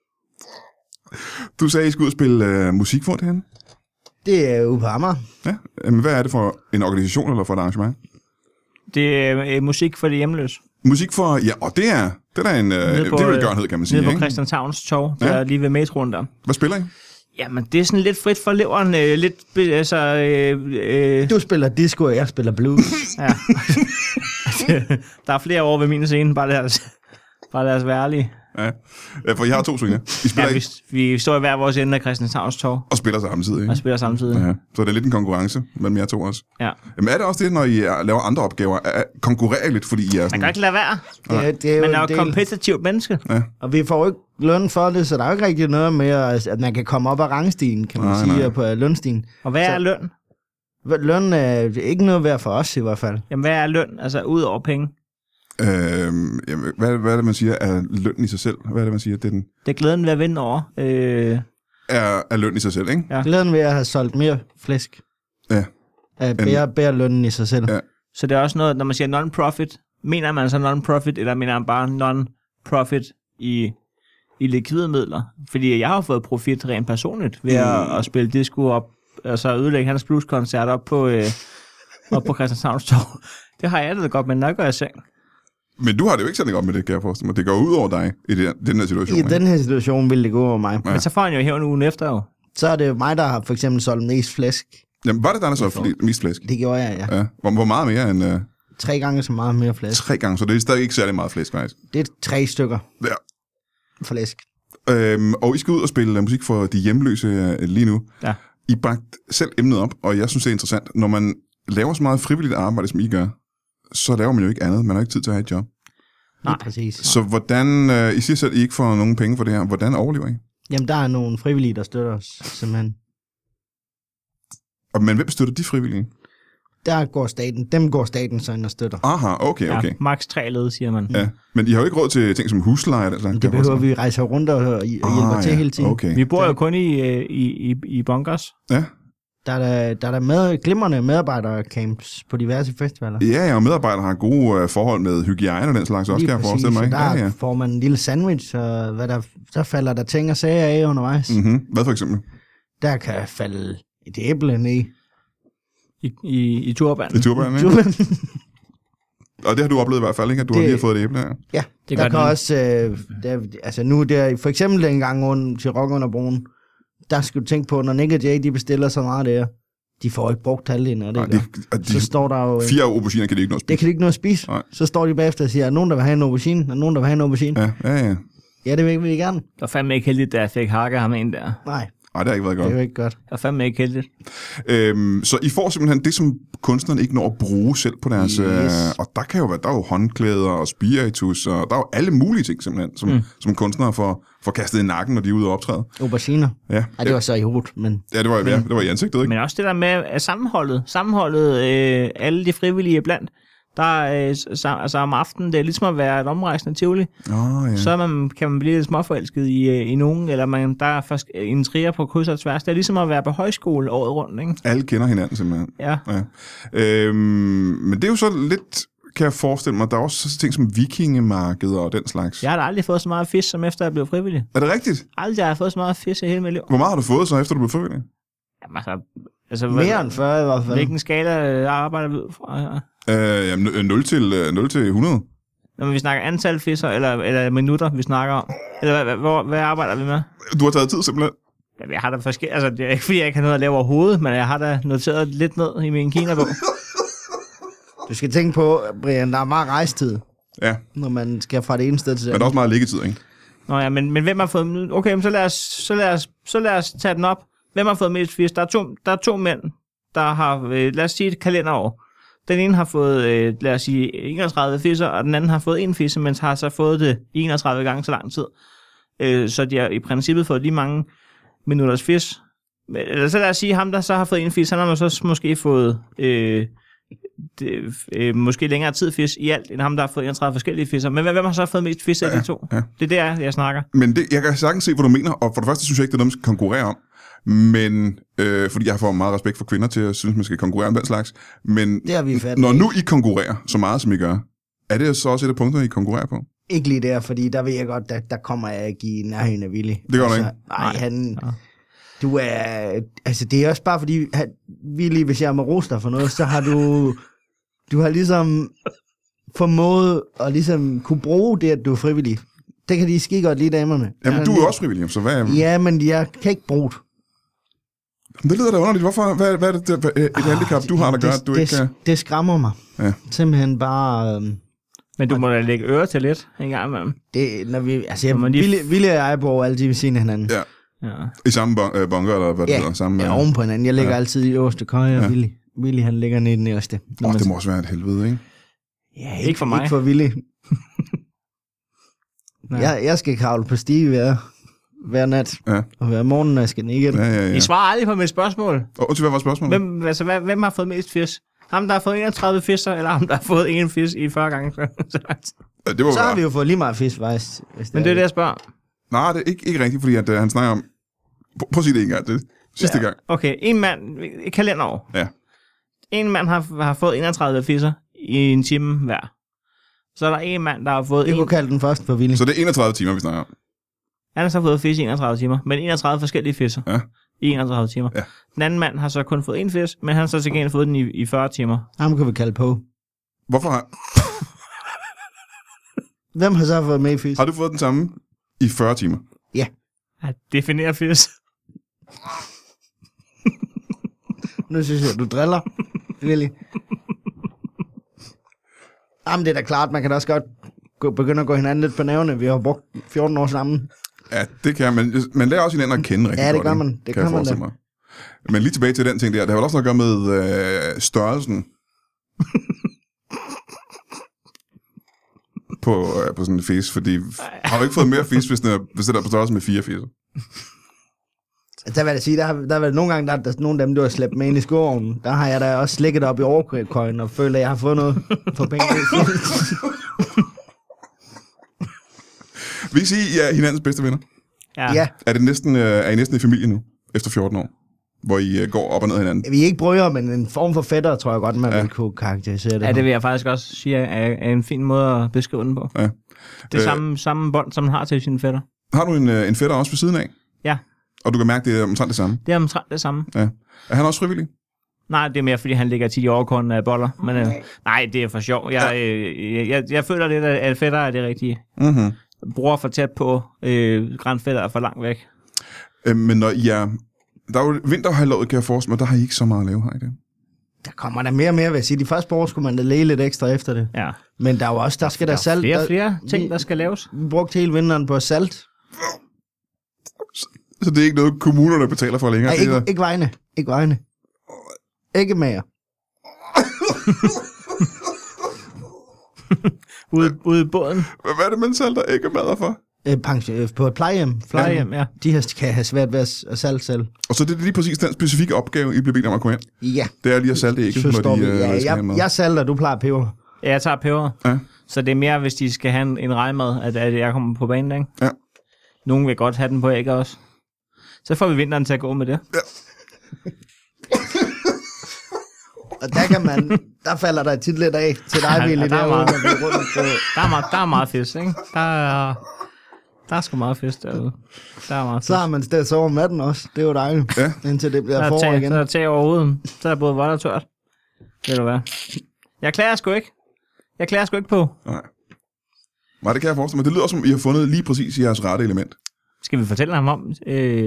Du sagde, I skulle ud og spille musik. Hvor er det henne? Det er jo på Amager. Ja. Men hvad er det for en organisation eller for et arrangement? Det er musik for det hjemløse. Musik for... Ja, og det er en velgørenhed, kan man sige. Nede på ikke? Christianshavns Torv, der er lige ved metroen der. Hvad spiller I? Jamen, det er sådan lidt frit for leveren. Du spiller disco, og jeg spiller blues. Ja. Der er flere år ved min scene, bare lad os være ærlige. Ja, for jeg har 2 svinger. I spiller Ja, vi står i hver vores ende af Christianshavns Torv. og spiller samtidig, ikke? Og spiller samtidig. Ja, så det er lidt en konkurrence mellem jer 2 også. Ja. Jamen er det også det, når I laver andre opgaver? Konkurrerer I lidt, fordi I er Man sådan... kan ikke lade være. Det er Man jo er jo en del. kompetitivt menneske. Ja. Og vi får jo ikke løn for det, så der er jo ikke rigtig noget med, at man kan komme op ad rangstigen, kan man sige, på lønstigen. Og hvad er løn? Løn er ikke noget værd for os i hvert fald. Jamen, hvad er løn? Altså, ud over penge. Jamen, hvad er det, man siger? Er løn i sig selv? Hvad er det, man siger? Det er glæden ved at vinde over. Er løn i sig selv, ikke? Ja. Glæden ved at have solgt mere flæsk. Ja. Bære lønnen i sig selv. Ja. Så det er også noget, når man siger non-profit, mener man så non-profit, eller mener man bare non-profit i likvide midler? Fordi jeg har fået profit rent personligt ved at spille disco op, og så ødelægge hans blues-koncert op på Christianshavns Torv. Det har jeg det godt, men nok gør jeg seng. Men du har det jo ikke særlig godt med det, kan jeg forestille mig. Det går ud over dig i den her situation. I den her situation vil det gå over mig. Ja. Men så får han jo hævn ugen efter jo. Så er det jo mig, der har for eksempel solgt mest flæsk. Jamen, var det der så mest flæsk? Det gjorde jeg, ja. Ja. Hvor meget mere end... 3 gange så meget mere flæsk. 3 gange, så det er stadig ikke særlig meget flæsk, faktisk. Det er 3 stykker Ja. flæsk. Og I skal ud og spille musik for de hjemløse lige nu. Ja. I bragt selv emnet op, og jeg synes, det er interessant. Når man laver så meget frivilligt arbejde, som I gør, så laver man jo ikke andet. Man har ikke tid til at have et job. Nej, præcis. Så hvordan... I siger selv, at I ikke får nogen penge for det her. Hvordan overlever I? Jamen, der er nogle frivillige, der støtter os, simpelthen. Men hvem støtter de frivillige? Dem går staten så ind og støtter. Aha, okay. Ja, max 3 led, siger man. Ja, men I har jo ikke råd til ting som husleje. Det behøver vi rejse rundt og hjælper til hele tiden. Okay. Vi bor jo kun i bunkers. Ja. Der er der glimrende medarbejdercamps på diverse festivaler. Ja, og medarbejdere har gode forhold med hygiejne og den slags også, kan jeg forestille mig. Ikke? Der får man en lille sandwich, og så falder der ting og sager af undervejs. Mm-hmm. Hvad for eksempel? Der kan falde et æble ned. I turbanen. I turbanen, ikke? Og det har du oplevet i hvert fald, ikke? At du lige har fået et æble her. Ja, det der kan også... nu der for eksempel en gang rundt til Rock under broen, der skal du tænke på, når Nick og Jay, de bestiller så meget der, de får ikke brugt halvdelen af det. Så står der jo... 4 auberginer kan de ikke nå at spise. Det kan de ikke nå at spise. Nej. Så står de bagefter og siger, er nogen, der vil have en aubergine? Er nogen, der vil have en aubergine? Ja. Ja, det vil vi gerne. Det var fandme ikke heldigt, da jeg fik hakket ham ind der. Nej, det har ikke været godt. det er jo ikke godt. Det var fandme ikke heldigt. Så I får simpelthen det, som kunstnerne ikke når at bruge selv på deres... Yes. Og der kan jo være, der er jo håndklæder og spiritus, og der er jo alle mulige ting simpelthen, som kunstnere får kastet i nakken, når de er ude og optræde. Auberginer. Ja. Det var så i hovedet, men... Ja, det var i ansigtet, ikke? Men også det der med sammenholdet, alle de frivillige blandt, der altså om aftenen, det er ligesom at være et omrejsende tivoli. Ja. Så kan man blive lidt småforelsket i nogen, eller der er først en trier på kryds og tværs. Det er ligesom at være på højskole året rundt, ikke? Alle kender hinanden simpelthen. Ja. Men det er jo så lidt, kan jeg forestille mig, der er også ting som vikingemarkeder og den slags. Jeg har da aldrig fået så meget fisk, som efter jeg blev frivillig. Er det rigtigt? Aldrig har jeg fået så meget fisk i hele mit liv. Hvor meget har du fået så, efter du blev frivillig? Jamen, altså Mere end 40 i hvert fald. Hvilken skala arbejder vi ud fra? 0 til 100. Når vi snakker antal fisser, eller minutter, vi snakker om. Eller hvad arbejder vi med? Du har taget tid simpelthen. Jamen, jeg har da altså, det er ikke fordi, jeg ikke har noget at lave overhovedet, men jeg har da noteret lidt ned i min Kina-bog. Du skal tænke på, Brian, der er meget rejstid, når man skal fra det ene sted til det. Men der er også meget liggetid, ikke? Nå ja, men hvem har fået... Okay, men så lad os tage den op. Hvem har fået mest fisk? Der er to mænd, der har, lad os sige et kalenderår. Den ene har fået, lad os sige, 31 fisser, og den anden har fået 1 fisse, men har så fået det 31 gange så lang tid. Så de har i princippet fået lige mange minutters fisk. Eller så lad os sige, ham der så har fået 1 fisk, han har så måske fået måske længere tid fisk i alt, end ham der har fået 31 forskellige fisser. Men hvem har så fået mest fisk af de to? Ja. Det er det, jeg snakker. Men jeg kan sagtens se, hvad du mener, og for det første synes jeg ikke, det er noget, man skal konkurrere om. Men, fordi jeg får meget respekt for kvinder til at synes, man skal konkurrere om den slags. Men når nu I konkurrerer så meget, som I gør, er det så også et af punkterne, I konkurrerer på? Ikke lige der, fordi der ved jeg godt, der kommer jeg ikke i nærheden af Willy. Det gør du ikke? Nej, du er... Altså, det er også bare fordi, Willy, hvis jeg må rose dig for noget, så har du Du har ligesom formået at ligesom kunne bruge det, at du er frivillig. Det kan de skide godt lide, damerne. Jamen, du er jo også frivillig, så hvad... Ja, men jeg kan ikke bruge det. Det lyder da underligt. Hvorfor? Hvad er det et handicap, du har, der gør, at du ikke kan... Det skræmmer mig. Ja. Simpelthen bare... Men du må da lægge øre til lidt en gang imellem. Det, når vi... Altså, Ville og jeg bor altid ved siden af hinanden. Ja. Ja. I samme bunker, eller hvad det hedder? Samme, ja, oven på hinanden. Jeg ligger altid i øverste køje, og Willy, han ligger nede i den øverste. Det må også være et helvede, ikke? Ja, ikke for mig. Ikke for Willy. jeg skal kravle på stige hver nat. Ja. Og hver morgen, når jeg skal ned igen. Ja. I svarer aldrig på mit spørgsmål. Hvad var spørgsmålet? Hvem har fået mest fisk? Ham, der har fået 31 fisser, eller ham, der har fået en fisk i 40 gange? Så har vi jo fået lige meget fisk, faktisk. Men det er det, jeg spørger. Nej, det er ikke rigtigt, fordi at, han snakker om... Prøv at sige det en gang. Det sidste gang. Okay, en mand... Et kalenderår. Ja. En mand har fået 31 fisser i en time hver. Så er der en mand, der har fået... Det kunne kalde den første for Willy. Så det er 31 timer, vi snakker om. Han har så fået fisk i 31 timer, men 31 forskellige fisser. Ja. I 31 timer. Ja. Den anden mand har så kun fået en fisk, men han har så til gengæld fået den i 40 timer. Ham kan vi kalde på. Hvorfor har... Hvem har så fået med fisk? Har du fået den samme i 40 timer? Ja. At definere fisk. Nu synes jeg, du driller, Willy. Jamen, det er da klart, man kan da også godt begynde at gå hinanden lidt på nævne. Vi har brugt 14 år sammen. Ja, det kan man. Man lærer også hinanden at kende rigtig godt. Ja, det gør man. Det kan man da. Men lige tilbage til den ting der. Det har vel også noget at gøre med størrelsen på sådan en fisk. Fordi har du ikke fået mere fisk, hvis det er på størrelse med 4 fisser? Der vil jeg sige, der har nogle gange, der er nogle af dem, du har slæbt med ind i skoven. Der har jeg da også slikket op i overkøjen og føler, at jeg har fået noget for penge. Vil I sige, at I er hinandens bedste venner? Ja. Er I næsten i familie nu, efter 14 år? Hvor I går op og ned hinanden? Vi er ikke brødre, men en form for fætter, tror jeg godt, man vil kunne karakterisere det. Ja, det vil jeg faktisk også sige er en fin måde at beskrive den på. Ja. Det er samme bånd, som man har til sine fætter. Har du en fætter også ved siden af? Ja. Og du kan mærke, det er omtrent det samme? Det er omtrent det samme. Ja. Er han også frivillig? Nej, det er mere, fordi han ligger tit i overkornen af boller. Men nej, det er for sjov. Jeg føler lidt, at fætter er det rigtige. Mm-hmm. Bror for tæt på, grænfætter er for langt væk. Men når I er... Der er jo vinterhalvåret, kan jeg forestille mig, der har I ikke så meget at lave her i det. Der kommer der mere og mere, vil jeg sige. De første år skulle man da læge lidt ekstra efter det. Ja. Men der er jo også, der skal der salt. Flere ting, der skal laves. Vi brugte hele vinteren på salt. Så det er ikke noget, kommunerne betaler for længere? Nej, ikke vejene. Ikke vejene. Ikke mere. ude i båden. Hvad er det, man salter ikke madder for? På et plejehjem. Ja. De kan have svært ved at salte selv. Og så det er lige præcis den specifikke opgave, I bliver bedt om at komme ind? Ja. Det er lige at salte ægget, når de jeg salter, du plejer peber. Ja, jeg tager peber. Ja. Så det er mere, hvis de skal have en rejemad, at jeg kommer på banen, ikke? Ja. Nogen vil godt have den på æg også. Så får vi vinteren til at gå med det. Ja. Og der falder der tit lidt af til dig, Willy. Der er meget fisk, ikke? Der er sgu meget fisk derude. Der er meget fisk. Så har man stedet over matten også. Det er jo dejligt. Ja. Indtil det bliver forår igen. Så er der tag over hovedet. Så er der både vådt og tørt. Ved du hvad? Jeg klager sgu ikke på. Nej, det kan jeg forestille mig. Det lyder som, I har fundet lige præcis jeres rette element. Skal vi fortælle ham om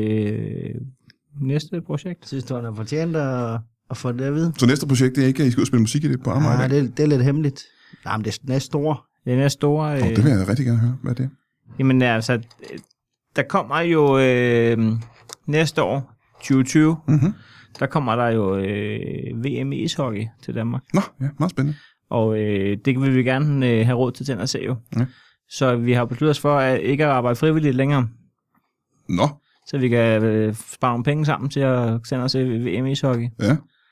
næste projekt? Synes du, han har fortjent at få det at vide? Så næste projekt, det er ikke, at I skal ud og spille musik i det på Amager? Nej, det er lidt hemmeligt. Nej, men det er næste store. Det er næste store. Det vil jeg rigtig gerne høre. Hvad er det? Jamen altså, der kommer jo næste år, 2020, der kommer der jo VM i ishockey til Danmark. Nå, ja, meget spændende. Og det vil vi gerne have råd til den at se jo. Ja. Så vi har besluttet os for at ikke at arbejde frivilligt længere. Nå. Så vi kan spare nogle penge sammen til at sende os til VM i ishockey. Ja.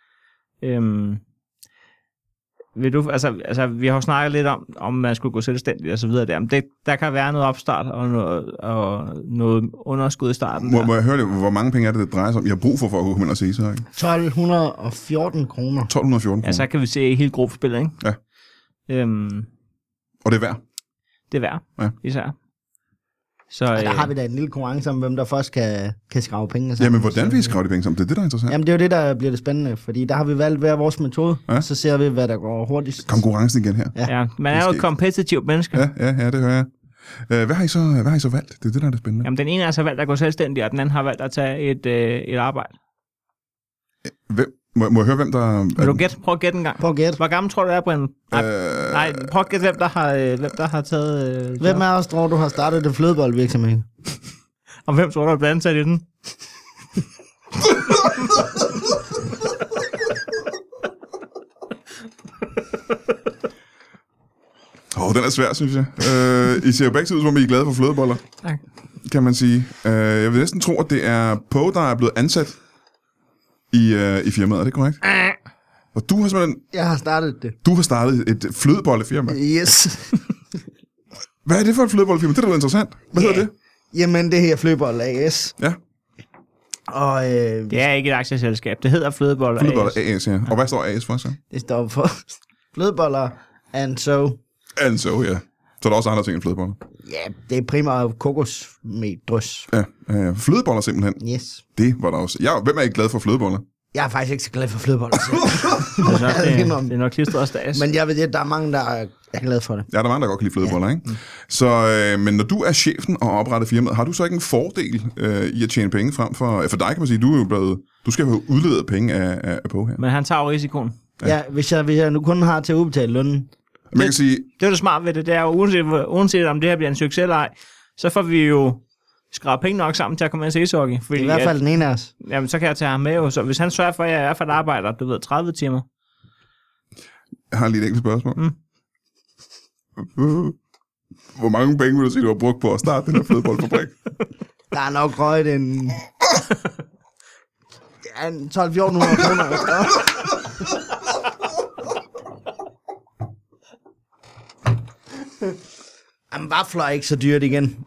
Vil du, altså, vi har jo snakket lidt om man skulle gå selvstændigt og så videre der. Men der kan være noget opstart og noget underskud i starten. Må jeg høre det? Hvor mange penge er det drejer sig om? I har brug for at kunne komme ind og se ishockey? 1214 kroner. 1214 kroner? Ja, så kan vi se helt gruppespillet, ikke? Ja. Og det er værd? Det er værd, især. Så, Der har vi da en lille konkurrence om, hvem der først kan skrave pengene sammen. Jamen, hvordan vi skraver de penge sammen? Det er det, der er interessant. Jamen, det er jo det, der bliver det spændende, fordi der har vi valgt hver vores metode, og så ser vi, hvad der går hurtigst. Konkurrencen igen her. Ja, man er jo et kompetitivt menneske. Ja, det hører jeg. Hvad har I så valgt? Det er det, der er det spændende. Jamen, den ene er så valgt at gå selvstændig, og den anden har valgt at tage et arbejde. Må jeg høre, hvem der... Vil du gætte? Prøv at gætte en gang. Prøv at gætte. Hvor gammel tror du, det er, Brian? Nej, prøv at gætte, hvem der har taget... Hvem af os tror du har startet det flødeboldvirksomhed? Og hvem tror du er blevet ansat i den? Den er svær, synes jeg. I ser jo begge ud, som om I er glade for flødeboller. Tak. Kan man sige. Jeg vil næsten tro, at det er Poe, der er blevet ansat i firmaet. Er det korrekt? Og du har simpelthen... Jeg har startet det. Du har startet et flødebollefirma. Yes. Hvad er det for et flødebollefirma? Det er da interessant. Hvad hedder det? Jamen, det her Flødebold AS. Ja. Og Det er ikke et aktieselskab. Det hedder Flødeboller Flødeboller AS. AS, ja. Og hvad står AS for så? det står for flødeboller and so. And so, ja. Så er der også andre ting end flødeboller. Ja, det er primært kokos med drys. Ja. Flødeboller simpelthen. Yes. Det var der også. Hvem er ikke glad for flødeboller? Jeg er faktisk ikke så glad for flødeboller. Det er nok klistret og stas. Men jeg ved, at der er mange, der er glad for det. Ja, der er mange, der godt kan lide flødeboller, ikke? Så, men når du er chefen og opretter firmaet, har du så ikke en fordel i at tjene penge frem for... For dig kan man sige, du skal jo udlede penge af på her. Men han tager jo risikoen. Ja, hvis jeg nu kun har til at udbetale lønnen. Man kan sige... Det er det smart ved det. Det er jo uanset om det her bliver en succes eller ej, så får vi jo skrabe penge nok sammen til at komme med til ishockey. Det er i hvert fald den ene af os. Jamen, så kan jeg tage ham med jo. Så hvis han sørger for, at jeg i hvert fald arbejder, 30 timer. Jeg har lige et enkelt spørgsmål. Hvor mange penge vil du sige, du har brugt på at starte den her flødebollefabrik? Der er nok røget en... 1200-1400 kroner. Jamen, vafler er ikke så dyrt igen.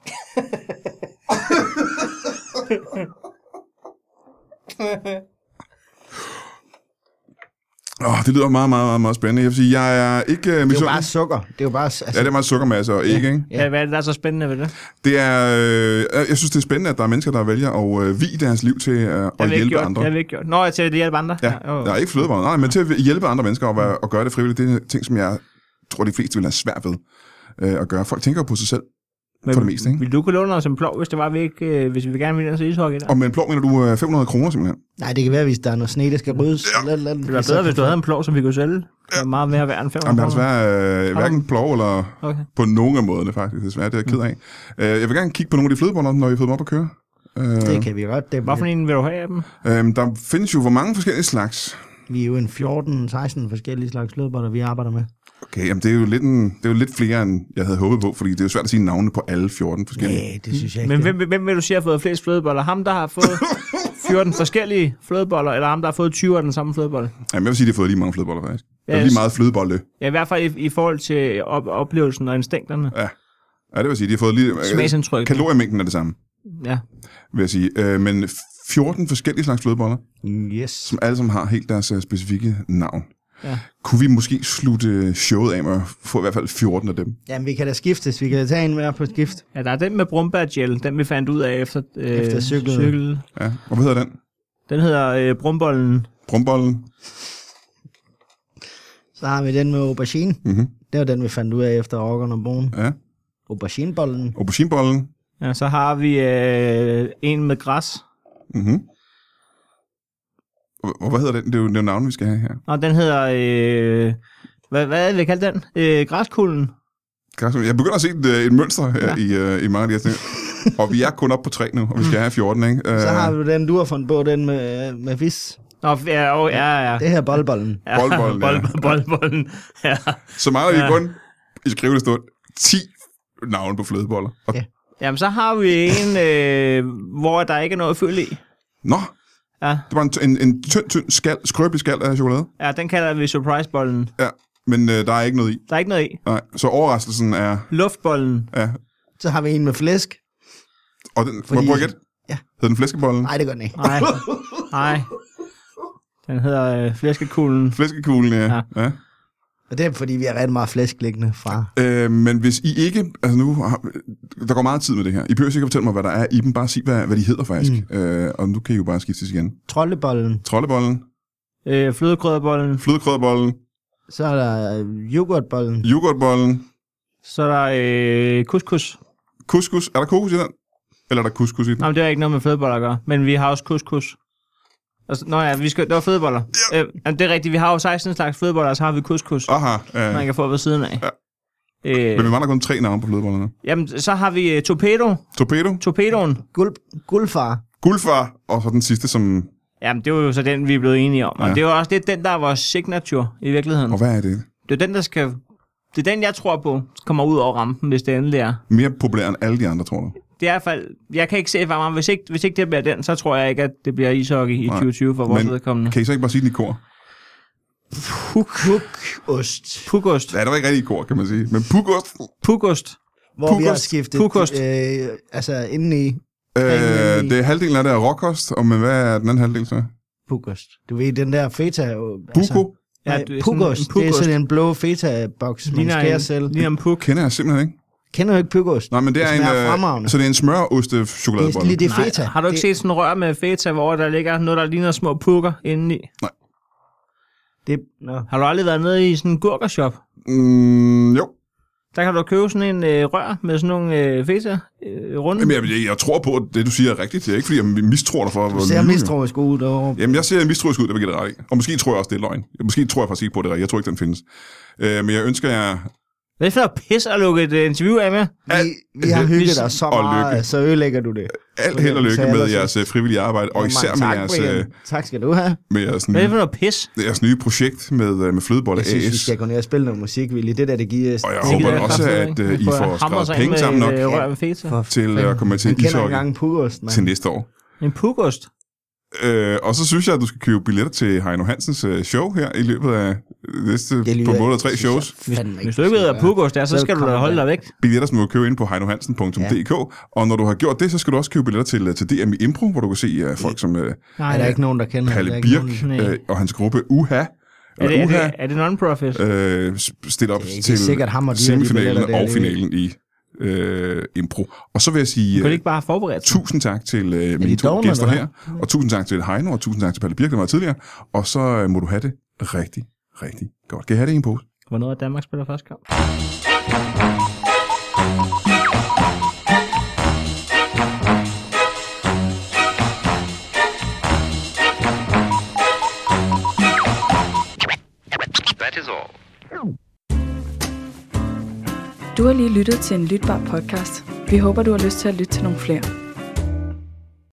Det lyder meget, meget, meget spændende. Jeg vil sige, jeg er ikke... Det er jo bare sukker. Det er jo bare... Altså, Ja, det er meget sukkermasse og ikke? Ja, hvad er det, der er så spændende ved det? Det er... jeg synes, det er spændende, at der er mennesker, der vælger at vie deres liv til at hjælpe andre. Jeg vil ikke gjort. Nå, til at hjælpe andre? Ja, der er ikke flødeboller. Nej, men til at hjælpe andre mennesker og gøre det frivilligt. Det er en ting, som jeg tror, de fleste vil have svært ved at gøre. Folk tænker jo på sig selv. Men for det meste, ikke? Vil du kunne låne os en plov, hvis det var vi ikke, hvis vi gerne ville se ishockey der? Og med en plov mener du 500 kroner simpelthen? Nej, det kan være, hvis der er noget sne, der skal ryddes. Ja. Det var bedre, hvis du havde en plov, som vi kunne sælge. Det var meget mere værd end 500 Jamen, kroner. desværre hverken plov eller på nogen af måderne faktisk. Desværre, det er jeg ked af. Jeg vil gerne kigge på nogle af de flødeboller, når vi har fået dem op at køre. Det kan vi godt. Hvad for en vil du have af dem? Der findes jo hvor mange forskellige slags. Vi er jo en 14-16 forskellige slags flødeboller, vi arbejder med. Okay, jamen det er jo lidt flere, end jeg havde håbet på, fordi det er jo svært at sige navne på alle 14 forskellige. Nej, det synes jeg ikke. Men hvem vil du sige har fået flest flødeboller? Ham, der har fået 14 forskellige flødeboller, eller ham, der har fået 20 af den samme flødebolle? Jamen jeg vil sige, at de har fået lige mange flødeboller faktisk. Ja, Der er lige meget flødebolle. Ja, i hvert fald i forhold til oplevelsen og instinkterne. Ja, det vil sige, de har fået lige... Smagsindtryk. Kaloriemængden er det samme, Ja. vil jeg sige. Men 14 forskellige slags flødeboller, Yes. som alle sammen har helt deres specifikke navn. Ja. Kunne vi måske slutte showet af med at få i hvert fald 14 af dem? Jamen, vi kan da skiftes. Vi kan da tage en mere på skift. Ja, der er den med brumbærgel, den vi fandt ud af efter cykel. Ja, og hvad hedder den? Den hedder brumbollen. Brumbollen? Så har vi den med aubergine. Mhm. Det var den, vi fandt ud af efter rockerne og bogen. Ja. Auberginebollen. Auberginebollen? Ja, så har vi en med græs. Mhm. Og hvad hedder den? Det er jo navnet, vi skal have her. Og den hedder... hvad er det, vi kalder den? Græskulden. Jeg begynder at se et mønster her i mange af de her ting. Og vi er kun oppe på 3 nu, og vi skal have 14, ikke? Så har vi den, du har fundet på, den med vis. Nå, ja. Det her boldbollen. Ja. Boldbollen, ja. Boldbollen, ja. Så mangler vi kun i skrivende stund 10 navne på flødeboller. Og... Ja. Jamen, så har vi en, hvor der ikke er noget fyld i. Nå, Ja. det var en tynd skrøbelig skal af chokolade. Ja, den kalder vi surprisebollen. Ja, men der er ikke noget i. Der er ikke noget i. Nej, så overraskelsen er... Luftbollen. Ja. Så har vi en med flæsk. Og den, må jeg prøve at gætte? Ja. Hedder den flæskebollen? Nej, det gør den ikke. Nej. Den hedder flæskekuglen. Flæskekuglen, ja. Ja. Og det er, fordi vi har ret meget flæsk liggende fra. Men hvis I ikke... Altså nu... Der går meget tid med det her. I behøver ikke at fortælle mig, hvad der er i dem. Bare sig, hvad de hedder faktisk. Og nu kan I jo bare skiftes igen. Trollebollen. Trollebollen. Flødekrydderbollen. Flødekrydderbollen. Så er der yoghurtbollen. Yoghurtbollen. Så er der couscous. Couscous. Er der kokos i den? Eller er der couscous i den? Nej, det har ikke noget med flødeboller at gøre. Men vi har også couscous. Altså, det var flødeboller. Ja. Det er rigtigt. Vi har jo 16 slags flødeboller, og så har vi couscous. Aha. Man kan få ved siden af. Ja. Men vi mangler kun 3 navne på flødebollerne. Jamen, så har vi torpedo. Torpedo. Torpedoen. Guldfar. Guldfar. Og så den sidste, som... Jamen, det var jo så den, vi er blevet enige om. Og det er jo også den, der er vores signature i virkeligheden. Og hvad er det? Det er den, der skal... Det er den, jeg tror på, kommer ud over rampen, hvis det endelig er. Mere populær end alle de andre, tror du? Det er i hvert fald... Jeg kan ikke se for mig, hvis ikke det bliver den, så tror jeg ikke, at det bliver ishockey i 2020 for vores vedkommende. Kan I så ikke bare sige den i kor? Pukost. Pukost. Ja, det var ikke rigtig i kor, kan man sige. Men pukost. Pukost. Hvor vi har skiftet... Pukost. Altså indeni... Det er halvdelen af det er råkost, og men hvad er den anden halvdel så? Pukost. Du ved, den der feta... Puko? Ja, pukost. Det er sådan en blå feta-boks, man skærer selv. Ligner en puk. Kender jeg simpelthen ikke. Kender du ikke pukost? Nej, men det er en... Så det er en smøroste-chokoladebolle? Det er feta. Har du ikke set sådan en rør med feta, hvor der ligger noget, der ligner små pukker indeni? Nej. Har du aldrig været nede i sådan en gurkershop? Jo. Der kan du købe sådan en rør med sådan nogle feta runde. Jamen, jeg tror på, at det du siger er rigtigt. Det er ikke, fordi jeg mistror dig for... Du ser mistroisk ud derovre. Jamen, jeg ser mistroisk ud, det vil give det ret i. Og måske tror jeg også, det er løgn. Måske tror jeg faktisk ikke på det. Jeg tror ikke, den findes. Men jeg ønsker jer... Hvad er det for pis at lukke et interview af med? Vi har hygget dig så meget, så ødelægger du det. Alt held og lykke med jeres frivillige arbejde, og især med jeres... Tak skal du have. Med jeres Hvad er det for noget pis? Jeres nye projekt med Flødebolle AS. Jeg synes, vi skal gå ned og spille noget musik, Willy. Det der, det giver... Og jeg håber også, at I får skrevet penge sammen nok til at komme til en ishockey til næste år. En pukost? Og så synes jeg, at du skal købe billetter til Heino Hansens show her i løbet af næste på måned 3 shows. Hvis du ikke ved, hvad pukost er, så skal du da holde dig væk. Billetter, som du kan købe ind på heinohansen.dk. Og når du har gjort det, så skal du også købe billetter til DM i Impro, hvor du kan se folk som er der ikke nogen, der kender Palle Birk og hans gruppe UHA. Er det non-profit? Stille op til semifinalen og finalen i impro. Og så vil jeg sige kan ikke bare forberede tusind tak til mine 2 gæster her, og tusind tak til Heino, og tusind tak til Palle Birk, der var tidligere, og så må du have det rigtig, rigtig godt. Kan jeg have det i en pose? Hvornår er Danmark spiller første kamp? That is all. Du har lige lyttet til en lytbar podcast. Vi håber, du har lyst til at lytte til nogle flere.